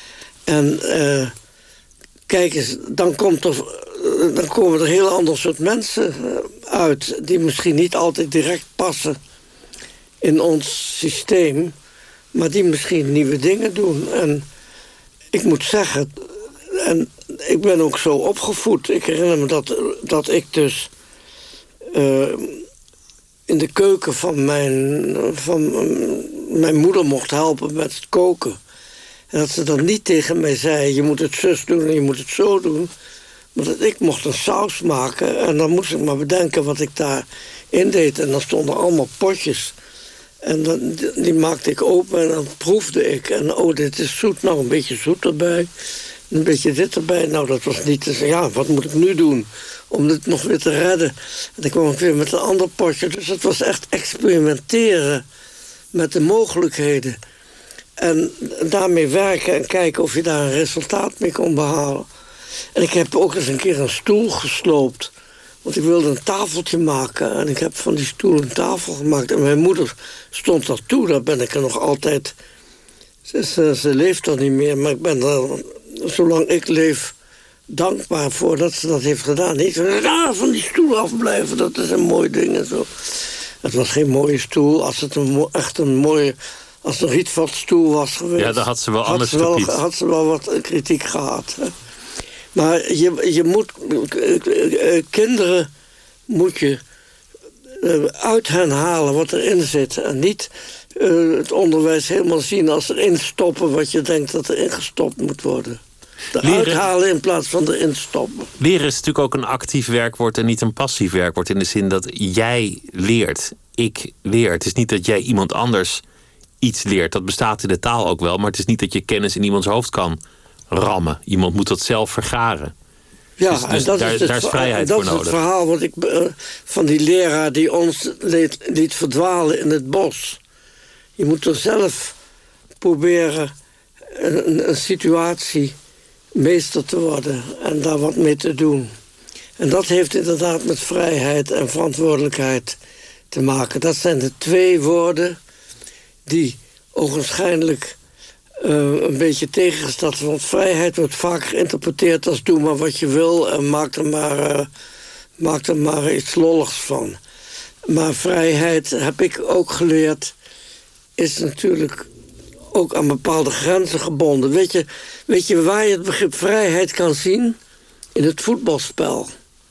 En uh, kijk eens, dan, komt er, uh, dan komen er heel ander soort mensen uit... die misschien niet altijd direct passen in ons systeem... maar die misschien nieuwe dingen doen. En ik moet zeggen, en ik ben ook zo opgevoed... ik herinner me dat, dat ik dus... Uh, in de keuken van mijn, van mijn moeder mocht helpen met het koken. En dat ze dan niet tegen mij zei... je moet het zus doen en je moet het zo doen. Maar dat ik mocht een saus maken... en dan moest ik maar bedenken wat ik daarin deed. En dan stonden allemaal potjes. En dan, die maakte ik open en dan proefde ik. En oh, dit is zoet, nou een beetje zoet erbij. Een beetje dit erbij. Nou, dat was niet te zeggen, ja, wat moet ik nu doen... om dit nog weer te redden. En dan kwam ik weer met een ander potje. Dus het was echt experimenteren met de mogelijkheden. En daarmee werken en kijken of je daar een resultaat mee kon behalen. En ik heb ook eens een keer een stoel gesloopt... Want ik wilde een tafeltje maken. En ik heb van die stoel een tafel gemaakt. En mijn moeder stond dat toe. Daar ben ik er nog altijd... Ze, ze, ze leeft al niet meer. Maar ik ben er, zolang ik leef, dankbaar voor dat ze dat heeft gedaan. Niet van, ah, van die stoel afblijven. Dat is een mooi ding en zo. Het was geen mooie stoel. Als het een, echt een mooie... Als het een Rietveld-stoel was geweest... Ja, dan had ze wel had anders ze wel, gepiet. had ze wel wat kritiek gehad. Hè. Maar je, je moet... Kinderen moet je uit hen halen wat erin zit. En niet uh, het onderwijs helemaal zien als erin stoppen... wat je denkt dat erin gestopt moet worden. Eruit Leren... halen in plaats van erin stoppen. Leren is natuurlijk ook een actief werkwoord en niet een passief werkwoord. In de zin dat jij leert, ik leer. Het is niet dat jij iemand anders iets leert. Dat bestaat in de taal ook wel. Maar het is niet dat je kennis in iemands hoofd kan rammen. Iemand moet dat zelf vergaren. Ja, dus, dus en dat daar, is, het, daar is vrijheid dat voor is nodig. het verhaal wat ik, uh, van die leraar die ons liet, liet verdwalen in het bos. Je moet er zelf proberen een, een situatie meester te worden en daar wat mee te doen. En dat heeft inderdaad met vrijheid en verantwoordelijkheid te maken. Dat zijn de twee woorden die ogenschijnlijk uh, een beetje tegengesteld zijn. Want vrijheid wordt vaak geïnterpreteerd als doe maar wat je wil en maak er maar, uh, maak er maar iets lolligs van. Maar vrijheid, heb ik ook geleerd, is natuurlijk ook aan bepaalde grenzen gebonden. Weet je, weet je waar je het begrip vrijheid kan zien? In het voetbalspel.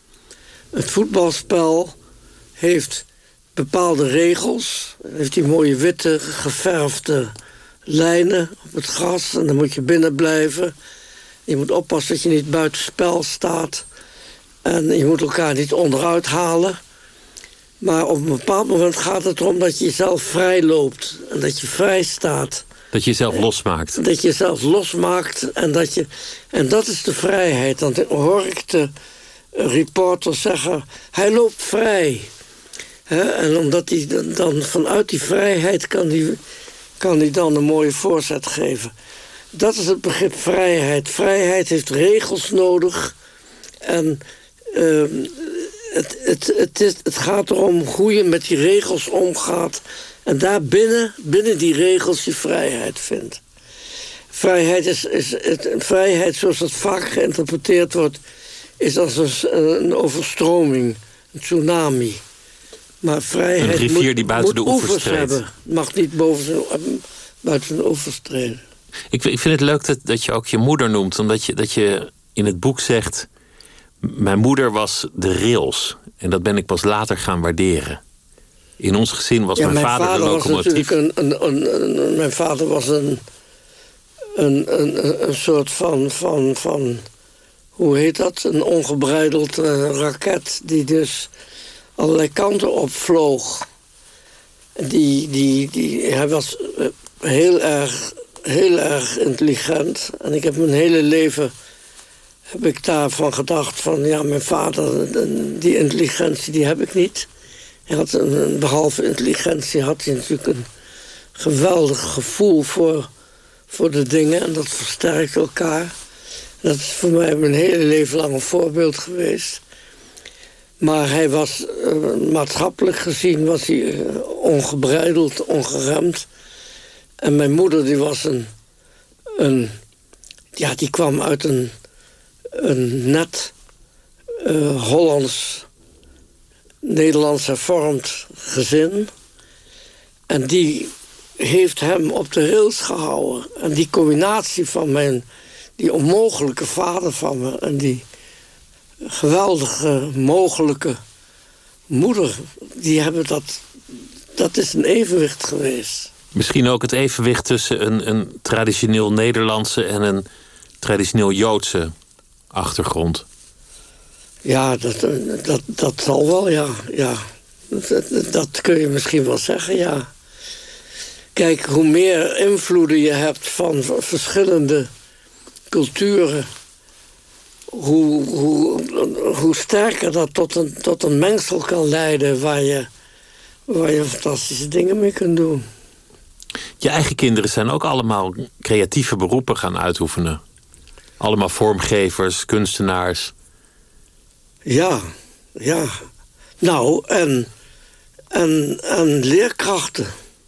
Het voetbalspel heeft bepaalde regels. Heeft die mooie witte geverfde lijnen op het gras. En dan moet je binnen blijven. Je moet oppassen dat je niet buitenspel staat. En je moet elkaar niet onderuit halen. Maar op een bepaald moment gaat het erom dat je jezelf vrij loopt. En dat je vrij staat. Dat je jezelf losmaakt. Dat je jezelf losmaakt. En dat, je, en dat is de vrijheid. Dan hoor ik de reporter zeggen, hij loopt vrij. He, en omdat hij dan, dan vanuit die vrijheid kan hij kan die dan een mooie voorzet geven. Dat is het begrip vrijheid. Vrijheid heeft regels nodig. En uh, het, het, het, is, het gaat erom hoe je met die regels omgaat. En daarbinnen, binnen die regels, je vrijheid vindt. Vrijheid, is, is, het, vrijheid zoals het vaak geïnterpreteerd wordt, is als een, een overstroming, een tsunami. Maar vrijheid een rivier moet, die buiten moet de oevers oevers treedt. hebben. Mag niet boven zijn, buiten de oevers treden. Ik, ik vind het leuk dat, dat je ook je moeder noemt. Omdat je, dat je in het boek zegt, mijn moeder was de rails. En dat ben ik pas later gaan waarderen. In ons gezin was ja, mijn, mijn vader, vader de was locomotief. Een, een, een, een, mijn vader was een, een, een, een soort van, van, van, hoe heet dat? Een ongebreideld uh, raket die dus allerlei kanten opvloog. Die, die, die, hij was uh, heel erg, heel erg intelligent. En ik heb mijn hele leven heb ik daarvan gedacht van, ja, mijn vader, die intelligentie, die heb ik niet. Hij had een, behalve intelligentie had hij natuurlijk een geweldig gevoel voor, voor de dingen. En dat versterkt elkaar. Dat is voor mij mijn hele leven lang een voorbeeld geweest. Maar hij was, uh, maatschappelijk gezien, was hij uh, ongebreideld, ongeremd. En mijn moeder, die was een, een ja, die kwam uit een, een net uh, Hollands, Nederlands hervormd gezin. En die heeft hem op de rails gehouden. En die combinatie van mijn, die onmogelijke vader van me en die geweldige mogelijke moeder, die hebben dat, dat is een evenwicht geweest. Misschien ook het evenwicht tussen een, een traditioneel Nederlandse en een traditioneel Joodse achtergrond. Ja, dat, dat, dat zal wel, ja. ja. Dat, dat kun je misschien wel zeggen, ja. Kijk, hoe meer invloeden je hebt van verschillende culturen, hoe, hoe, hoe sterker dat tot een, tot een mengsel kan leiden waar je, waar je fantastische dingen mee kunt doen. Je eigen kinderen zijn ook allemaal creatieve beroepen gaan uitoefenen. Allemaal vormgevers, kunstenaars. Ja, ja. Nou, en, en, en leerkrachten.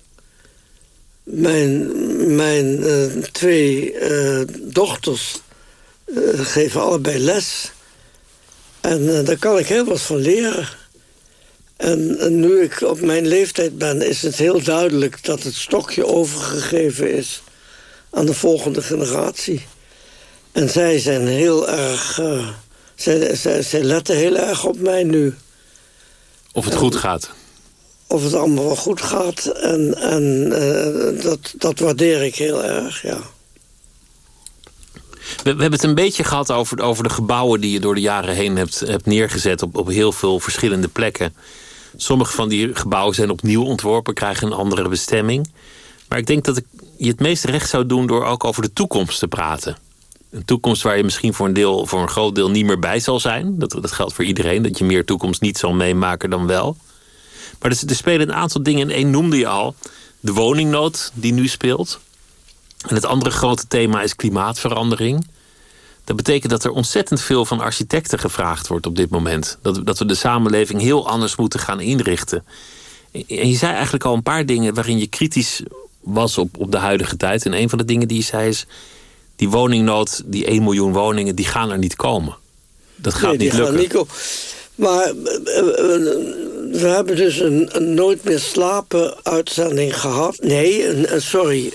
Mijn, mijn uh, twee uh, dochters uh, geven allebei les. En uh, daar kan ik heel wat van leren. En, en nu ik op mijn leeftijd ben, is het heel duidelijk dat het stokje overgegeven is aan de volgende generatie. En zij zijn heel erg... Uh, zij, zij, zij letten heel erg op mij nu. Of het en, goed gaat. Of het allemaal wel goed gaat. En, en uh, dat, dat waardeer ik heel erg, ja. We, we hebben het een beetje gehad over, over de gebouwen die je door de jaren heen hebt, hebt neergezet op, op heel veel verschillende plekken. Sommige van die gebouwen zijn opnieuw ontworpen, krijgen een andere bestemming. Maar ik denk dat ik je het meest recht zou doen door ook over de toekomst te praten. Een toekomst waar je misschien voor een, deel, voor een groot deel niet meer bij zal zijn. Dat, dat geldt voor iedereen, dat je meer toekomst niet zal meemaken dan wel. Maar er, er spelen een aantal dingen. En één noemde je al, de woningnood die nu speelt. En het andere grote thema is klimaatverandering. Dat betekent dat er ontzettend veel van architecten gevraagd wordt op dit moment. Dat, dat we de samenleving heel anders moeten gaan inrichten. En je zei eigenlijk al een paar dingen waarin je kritisch was op, op de huidige tijd. En een van de dingen die je zei is, die woningnood, die één miljoen woningen, die gaan er niet komen. Dat gaat nee, niet lukken. Niet komen. Maar we hebben dus een, een Nooit meer slapen uitzending gehad. Nee, een, sorry.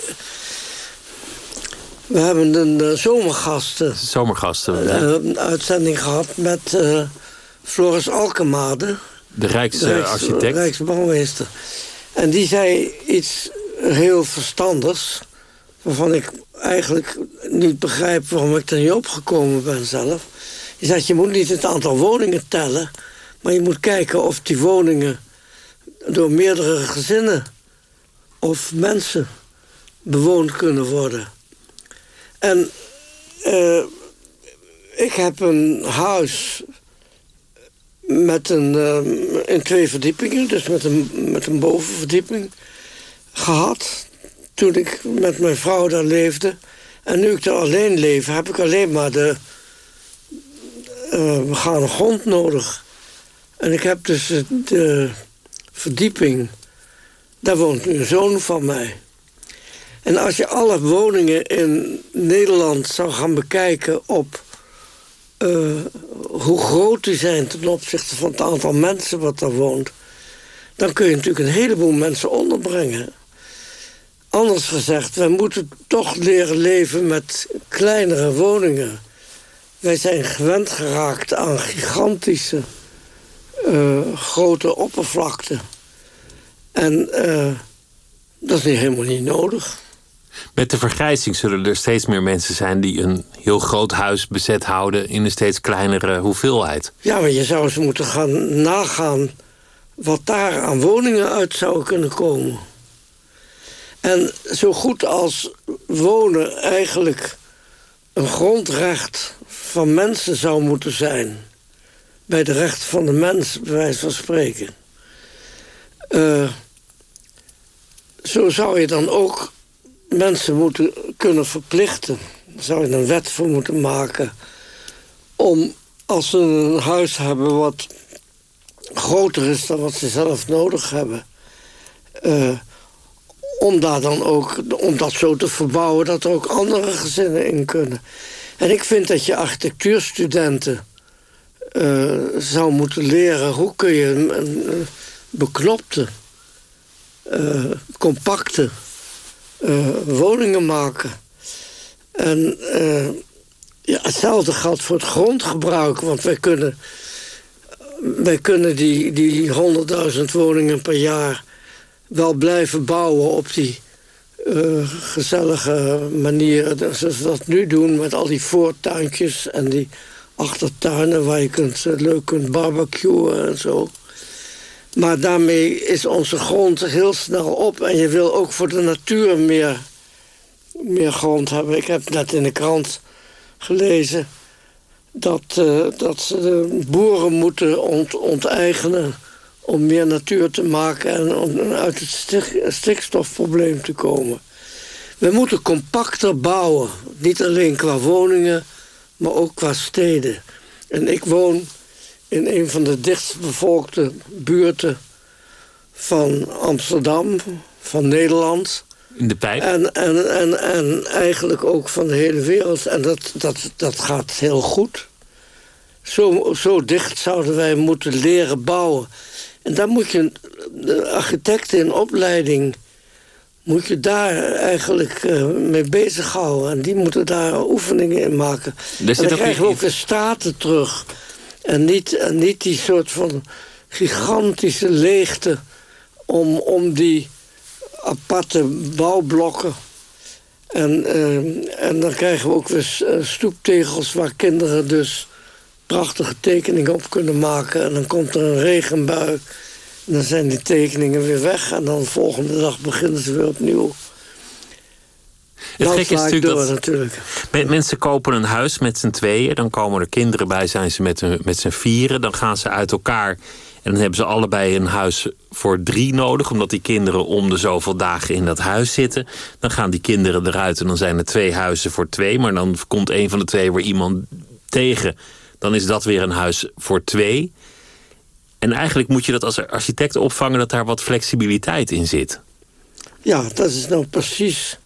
We hebben een uh, zomergasten, zomergasten uh, ja. uitzending gehad met uh, Floris Alkemade. De Rijksarchitect. Rijks, Rijksbouwmeester. En die zei iets heel verstandigs, waarvan ik eigenlijk niet begrijp waarom ik er niet opgekomen ben zelf. Je zegt, je moet niet het aantal woningen tellen, maar je moet kijken of die woningen door meerdere gezinnen of mensen bewoond kunnen worden. En uh, ik heb een huis met een, uh, in twee verdiepingen, dus met een, met een bovenverdieping gehad toen ik met mijn vrouw daar leefde. En nu ik er alleen leef, heb ik alleen maar de uh, begane grond nodig. En ik heb dus de verdieping, daar woont nu een zoon van mij. En als je alle woningen in Nederland zou gaan bekijken op uh, hoe groot die zijn ten opzichte van het aantal mensen wat daar woont, dan kun je natuurlijk een heleboel mensen onderbrengen. Anders gezegd, wij moeten toch leren leven met kleinere woningen. Wij zijn gewend geraakt aan gigantische uh, grote oppervlakte. En uh, dat is niet helemaal niet nodig. Met de vergrijzing zullen er steeds meer mensen zijn die een heel groot huis bezet houden in een steeds kleinere hoeveelheid. Ja, maar je zou eens moeten gaan nagaan wat daar aan woningen uit zou kunnen komen. En zo goed als wonen eigenlijk een grondrecht van mensen zou moeten zijn, bij de rechten van de mens, bij wijze van spreken. Uh, zo zou je dan ook mensen moeten kunnen verplichten. Daar zou je een wet voor moeten maken om, als ze een huis hebben wat groter is dan wat ze zelf nodig hebben, Uh, om daar dan ook, om dat zo te verbouwen dat er ook andere gezinnen in kunnen. En ik vind dat je architectuurstudenten uh, zou moeten leren hoe kun je een, een beknopte, uh, compacte uh, woningen maken. En uh, ja, hetzelfde geldt voor het grondgebruik, want wij kunnen, wij kunnen die, die honderdduizend woningen per jaar wel blijven bouwen op die uh, gezellige manier zoals we dat nu doen, met al die voortuintjes en die achtertuinen waar je kunt, uh, leuk kunt barbecuen en zo. Maar daarmee is onze grond heel snel op en je wil ook voor de natuur meer, meer grond hebben. Ik heb net in de krant gelezen dat, uh, dat ze de boeren moeten ont, onteigenen om meer natuur te maken en om uit het stik, stikstofprobleem te komen. We moeten compacter bouwen. Niet alleen qua woningen, maar ook qua steden. En ik woon in een van de dichtst bevolkte buurten van Amsterdam, van Nederland. In de Pijp? En, en, en, en eigenlijk ook van de hele wereld. En dat, dat, dat gaat heel goed. Zo, zo dicht zouden wij moeten leren bouwen. En daar moet je, de architecten in opleiding, moet je daar eigenlijk uh, mee bezighouden. En die moeten daar oefeningen in maken. Dus en dan krijgen we ook de straten terug. En niet, en niet die soort van gigantische leegte om, om die aparte bouwblokken. En, uh, en dan krijgen we ook weer stoeptegels waar kinderen dus prachtige tekeningen op kunnen maken. En dan komt er een regenbui. En dan zijn die tekeningen weer weg. En dan de volgende dag beginnen ze weer opnieuw. Het gekke is natuurlijk door, dat natuurlijk. Mensen kopen een huis met z'n tweeën. Dan komen er kinderen bij, zijn ze met, hun, met z'n vieren. Dan gaan ze uit elkaar. En dan hebben ze allebei een huis voor drie nodig. Omdat die kinderen om de zoveel dagen in dat huis zitten. Dan gaan die kinderen eruit en dan zijn er twee huizen voor twee. Maar dan komt een van de twee weer iemand tegen. Dan is dat weer een huis voor twee. En eigenlijk moet je dat als architect opvangen dat daar wat flexibiliteit in zit. Ja, dat is nou precies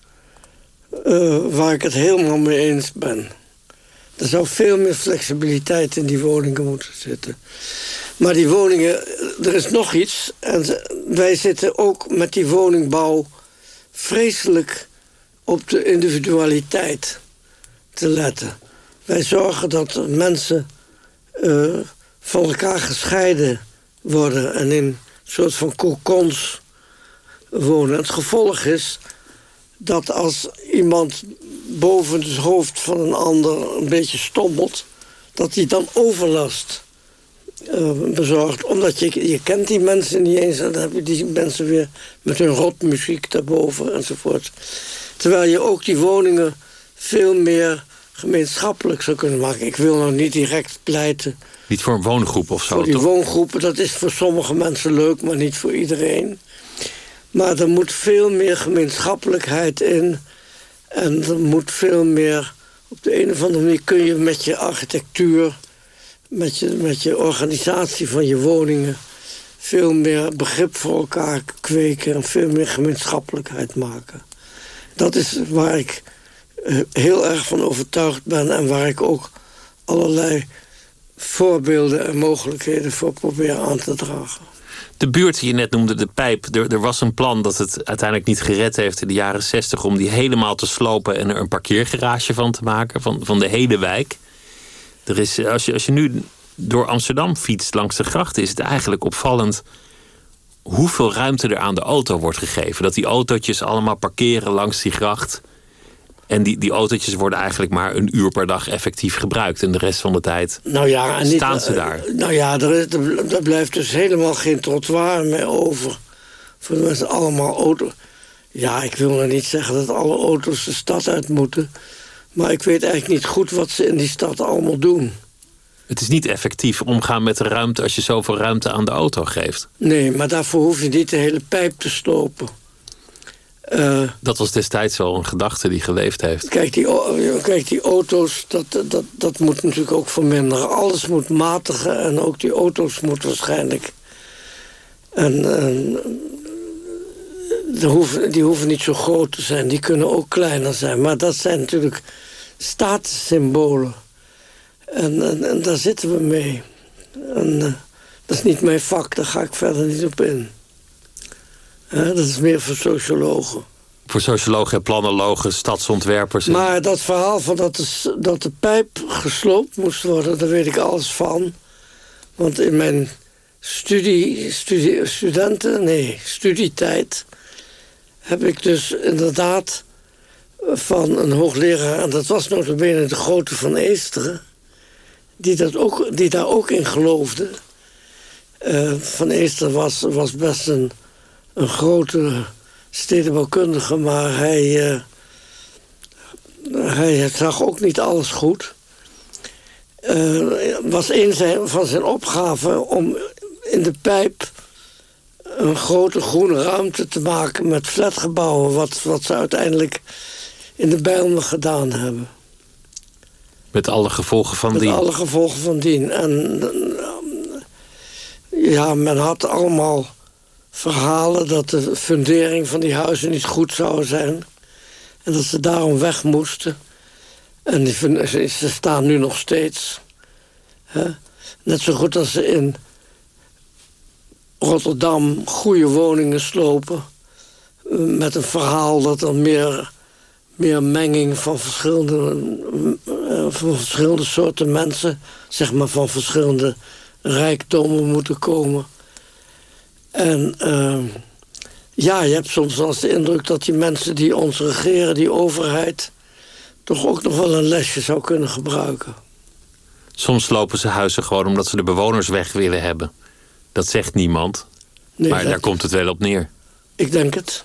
uh, waar ik het helemaal mee eens ben. Er zou veel meer flexibiliteit in die woningen moeten zitten. Maar die woningen, er is nog iets. En wij zitten ook met die woningbouw vreselijk op de individualiteit te letten. Wij zorgen dat mensen uh, van elkaar gescheiden worden en in een soort van kokons wonen. Het gevolg is dat als iemand boven het hoofd van een ander een beetje stommelt, dat hij dan overlast uh, bezorgt. Omdat je, je kent die mensen niet eens en dan heb je die mensen weer met hun rotmuziek daarboven enzovoort. Terwijl je ook die woningen veel meer gemeenschappelijk zou kunnen maken. Ik wil nou niet direct pleiten. Niet voor een woongroep of zo? Voor die toch? woongroepen, dat is voor sommige mensen leuk, maar niet voor iedereen. Maar er moet veel meer gemeenschappelijkheid in. En er moet veel meer... Op de een of andere manier kun je met je architectuur, met je, met je organisatie van je woningen, veel meer begrip voor elkaar kweken en veel meer gemeenschappelijkheid maken. Dat is waar ik heel erg van overtuigd ben en waar ik ook allerlei voorbeelden en mogelijkheden voor probeer aan te dragen. De buurt die je net noemde, de Pijp, er, er was een plan dat het uiteindelijk niet gered heeft in de jaren zestig om die helemaal te slopen en er een parkeergarage van te maken, van, van de hele wijk. Er is, als, je, als je nu door Amsterdam fietst langs de grachten, is het eigenlijk opvallend hoeveel ruimte er aan de auto wordt gegeven. Dat die autootjes allemaal parkeren langs die gracht. En die, die autootjes worden eigenlijk maar een uur per dag effectief gebruikt. En de rest van de tijd nou ja, en niet, staan ze daar. Nou ja, er, is, er, er blijft dus helemaal geen trottoir meer over. Voor de mensen allemaal auto's. Ja, ik wil nou niet zeggen dat alle auto's de stad uit moeten. Maar ik weet eigenlijk niet goed wat ze in die stad allemaal doen. Het is niet effectief omgaan met de ruimte als je zoveel ruimte aan de auto geeft. Nee, maar daarvoor hoef je niet de hele pijp te slopen. Uh, dat was destijds wel een gedachte die geleefd heeft. Kijk, die, kijk, die auto's, dat, dat, dat moet natuurlijk ook verminderen. Alles moet matigen en ook die auto's moeten waarschijnlijk. En, en die, hoeven, die hoeven niet zo groot te zijn, die kunnen ook kleiner zijn. Maar dat zijn natuurlijk statussymbolen. En, en, en daar zitten we mee. En uh, dat is niet mijn vak, daar ga ik verder niet op in. Uh, dat is meer voor sociologen. Voor sociologen en planologen, stadsontwerpers. En... Maar dat verhaal van dat de, dat de pijp gesloopt moest worden, daar weet ik alles van. Want in mijn studie, studie, studenten, nee, studietijd heb ik dus inderdaad van een hoogleraar, en dat was nota bene de Grote van Eesteren, die, dat ook, die daar ook in geloofde. Uh, van Eesteren was, was best een, een grote stedenbouwkundige, maar hij, uh, hij zag ook niet alles goed. Uh, was een zijn, van zijn opgaven om in de Pijp een grote groene ruimte te maken met flatgebouwen, wat, wat ze uiteindelijk in de Bijlmer gedaan hebben. Met alle gevolgen van met dien. Met alle gevolgen van dien. En ja, men had allemaal verhalen dat de fundering van die huizen niet goed zou zijn. En dat ze daarom weg moesten. En die, ze staan nu nog steeds. Hè? Net zo goed als ze in Rotterdam goede woningen slopen. Met een verhaal dat er meer, meer menging van verschillende, van verschillende soorten mensen, zeg maar van verschillende rijkdommen moeten komen. En uh, ja, je hebt soms wel eens de indruk dat die mensen die ons regeren, die overheid, toch ook nog wel een lesje zou kunnen gebruiken. Soms lopen ze huizen gewoon omdat ze de bewoners weg willen hebben. Dat zegt niemand. Nee, maar dat... daar komt het wel op neer. Ik denk het.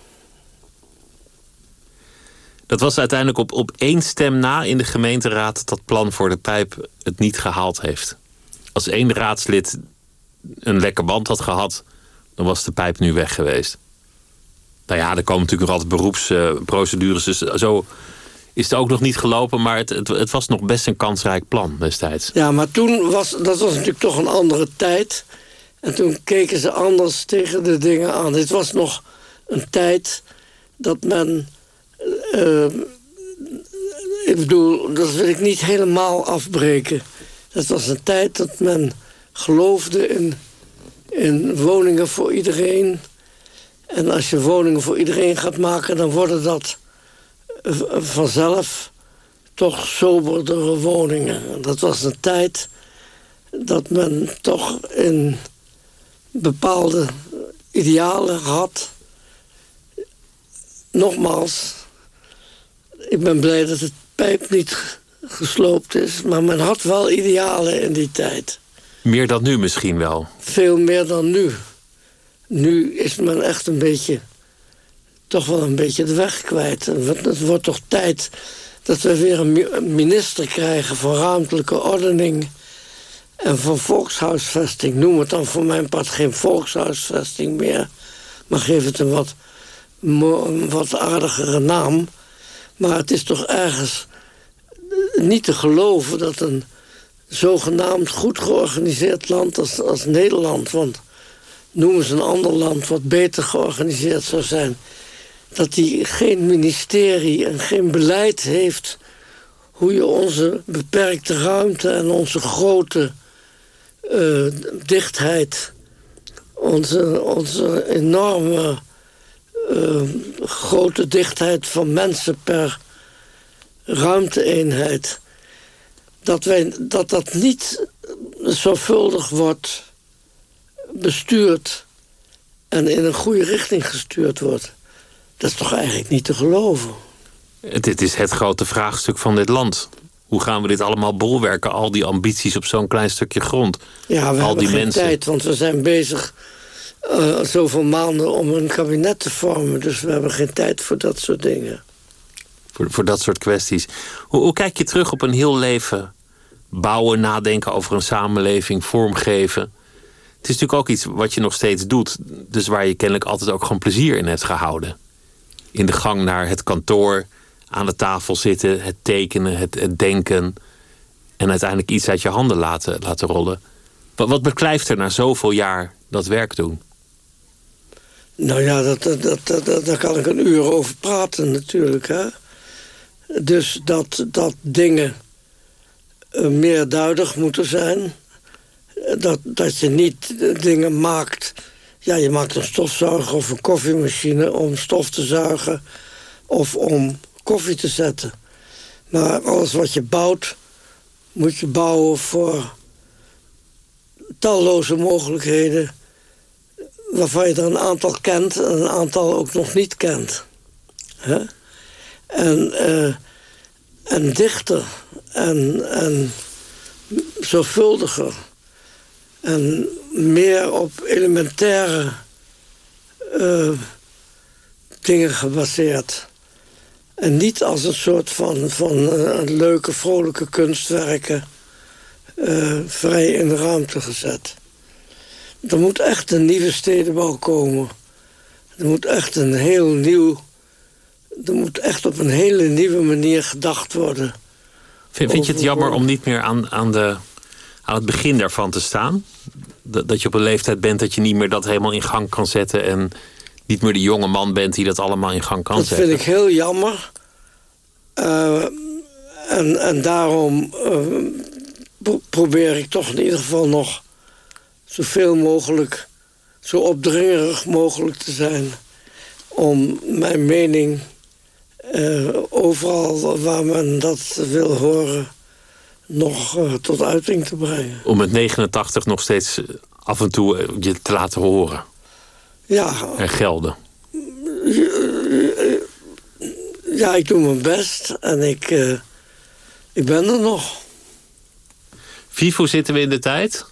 Dat was uiteindelijk op, op één stem na in de gemeenteraad dat dat plan voor de pijp het niet gehaald heeft. Als één raadslid een lekker band had gehad, dan was de pijp nu weg geweest. Nou ja, er komen natuurlijk nog altijd beroepsprocedures. Dus zo is het ook nog niet gelopen. Maar het, het, het was nog best een kansrijk plan destijds. Ja, maar toen was dat was natuurlijk toch een andere tijd. En toen keken ze anders tegen de dingen aan. Dit was nog een tijd dat men... Uh, ik bedoel, dat wil ik niet helemaal afbreken. Dat was een tijd dat men geloofde in, in woningen voor iedereen. En als je woningen voor iedereen gaat maken, dan worden dat vanzelf toch soberdere woningen. Dat was een tijd dat men toch in bepaalde idealen had. Nogmaals, ik ben blij dat het pijp niet gesloopt is, maar men had wel idealen in die tijd. Meer dan nu misschien wel? Veel meer dan nu. Nu is men echt een beetje, toch wel een beetje de weg kwijt. Het wordt toch tijd dat we weer een minister krijgen van ruimtelijke ordening en van volkshuisvesting. Noem het dan voor mijn part geen volkshuisvesting meer, maar geef het een wat, een wat aardigere naam. Maar het is toch ergens niet te geloven dat een zogenaamd goed georganiseerd land als, als Nederland, want noem eens een ander land wat beter georganiseerd zou zijn, dat die geen ministerie en geen beleid heeft hoe je onze beperkte ruimte en onze grote uh, dichtheid, onze, onze enorme uh, grote dichtheid van mensen per ruimte-eenheid, dat, wij, dat dat niet zorgvuldig wordt bestuurd en in een goede richting gestuurd wordt. Dat is toch eigenlijk niet te geloven. Dit is het grote vraagstuk van dit land. Hoe gaan we dit allemaal bolwerken? Al die ambities op zo'n klein stukje grond. Ja, we al hebben die geen mensen. tijd, want we zijn bezig uh, zoveel maanden om een kabinet te vormen. Dus we hebben geen tijd voor dat soort dingen. Voor, voor dat soort kwesties. Hoe, hoe kijk je terug op een heel leven? Bouwen, nadenken over een samenleving, vormgeven. Het is natuurlijk ook iets wat je nog steeds doet. Dus waar je kennelijk altijd ook gewoon plezier in hebt gehouden. In de gang naar het kantoor, aan de tafel zitten, het tekenen, het, het denken. En uiteindelijk iets uit je handen laten, laten rollen. Wat, wat beklijft er na zoveel jaar dat werk doen? Nou ja, dat, dat, dat, dat, daar kan ik een uur over praten natuurlijk. Hè? Dus dat, dat dingen uh, meer duidelijk moeten zijn. Dat, dat je niet dingen maakt. Ja, je maakt een stofzuiger of een koffiemachine om stof te zuigen of om koffie te zetten. Maar alles wat je bouwt, moet je bouwen voor talloze mogelijkheden, waarvan je er een aantal kent en een aantal ook nog niet kent. He? En, uh, en dichter en, en zorgvuldiger. En meer op elementaire uh, dingen gebaseerd. En niet als een soort van, van uh, leuke, vrolijke kunstwerken uh, vrij in de ruimte gezet. Er moet echt een nieuwe stedenbouw komen. Er moet echt een heel nieuw... Er moet echt op een hele nieuwe manier gedacht worden. Vind, vind je het jammer om niet meer aan, aan, de, aan het begin daarvan te staan? dat, dat je op een leeftijd bent dat je niet meer dat helemaal in gang kan zetten en niet meer de jonge man bent die dat allemaal in gang kan dat zetten. Dat vind ik heel jammer. Uh, en, en daarom uh, pro- probeer ik toch in ieder geval nog zoveel mogelijk, zo opdringerig mogelijk te zijn om mijn mening uh, overal waar men dat wil horen nog uh, tot uiting te brengen. Om met negenentachtig nog steeds af en toe uh, je te laten horen. Ja. En gelden. Ja, ik doe mijn best en ik, uh, ik ben er nog. Vief, hoe zitten we in de tijd?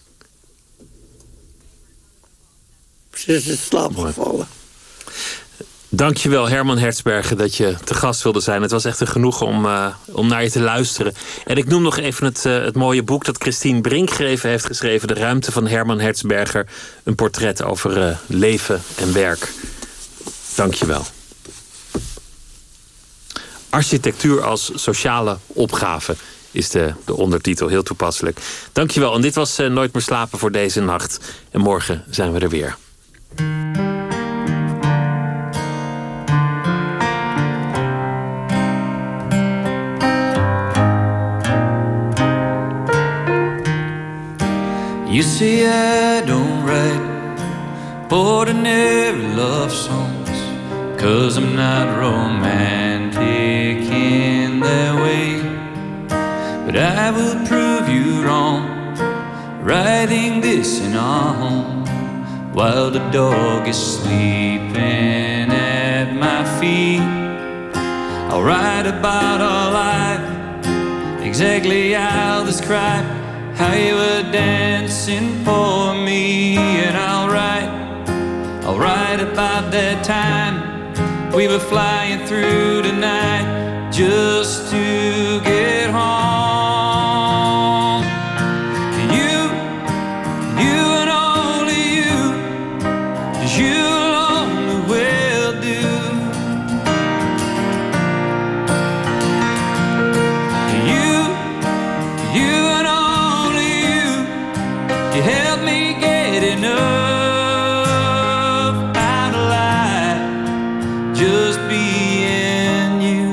Ze is in slaap gevallen. Dankjewel, Herman Hertzberger, dat je te gast wilde zijn. Het was echt een genoeg om, uh, om naar je te luisteren. En ik noem nog even het, uh, het mooie boek dat Christine Brinkgreven heeft geschreven. De Ruimte van Herman Hertzberger. Een portret over uh, leven en werk. Dankjewel. Architectuur als sociale opgave is de, de ondertitel. Heel toepasselijk. Dankjewel. En dit was uh, Nooit meer slapen voor deze nacht. En morgen zijn we er weer. You see, I don't write ordinary love songs, 'cause I'm not romantic in that way. But I will prove you wrong, writing this in our home, while the dog is sleeping at my feet. I'll write about our life, exactly how describe how you were dancing for me. And I'll write, I'll write about that time we were flying through the night just to get home. You, you and only you, 'cause you alone will do. You, you and you helped me get enough out of life, just being you.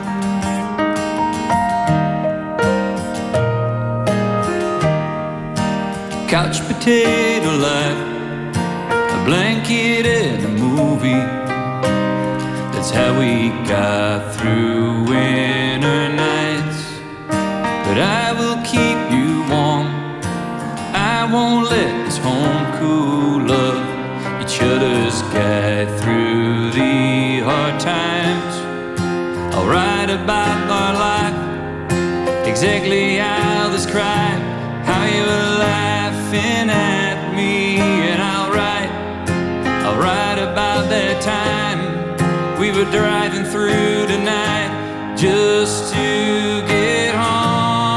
Couch potato life, a blanket and a movie. That's how we got through winter nights. But I will keep you warm, I won't let this home cool up each other's guide through the hard times. I'll write about our life, exactly how describe how you were laughing at me. And I'll write, I'll write about that time we were driving through the night just to get home.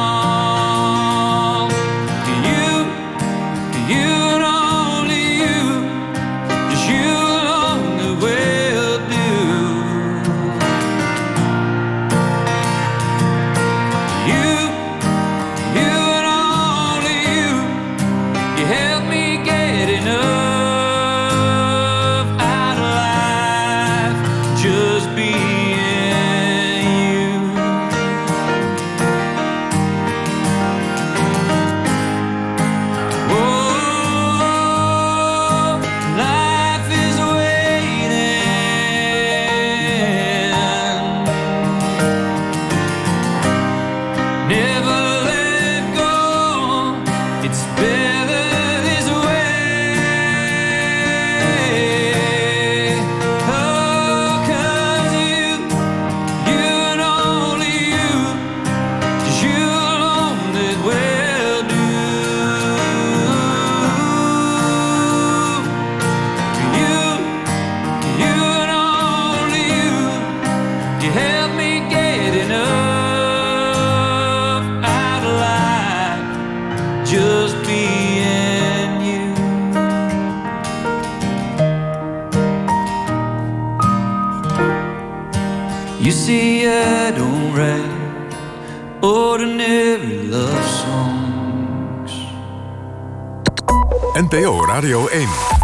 You see, I don't write ordinary love songs. N P O Radio één.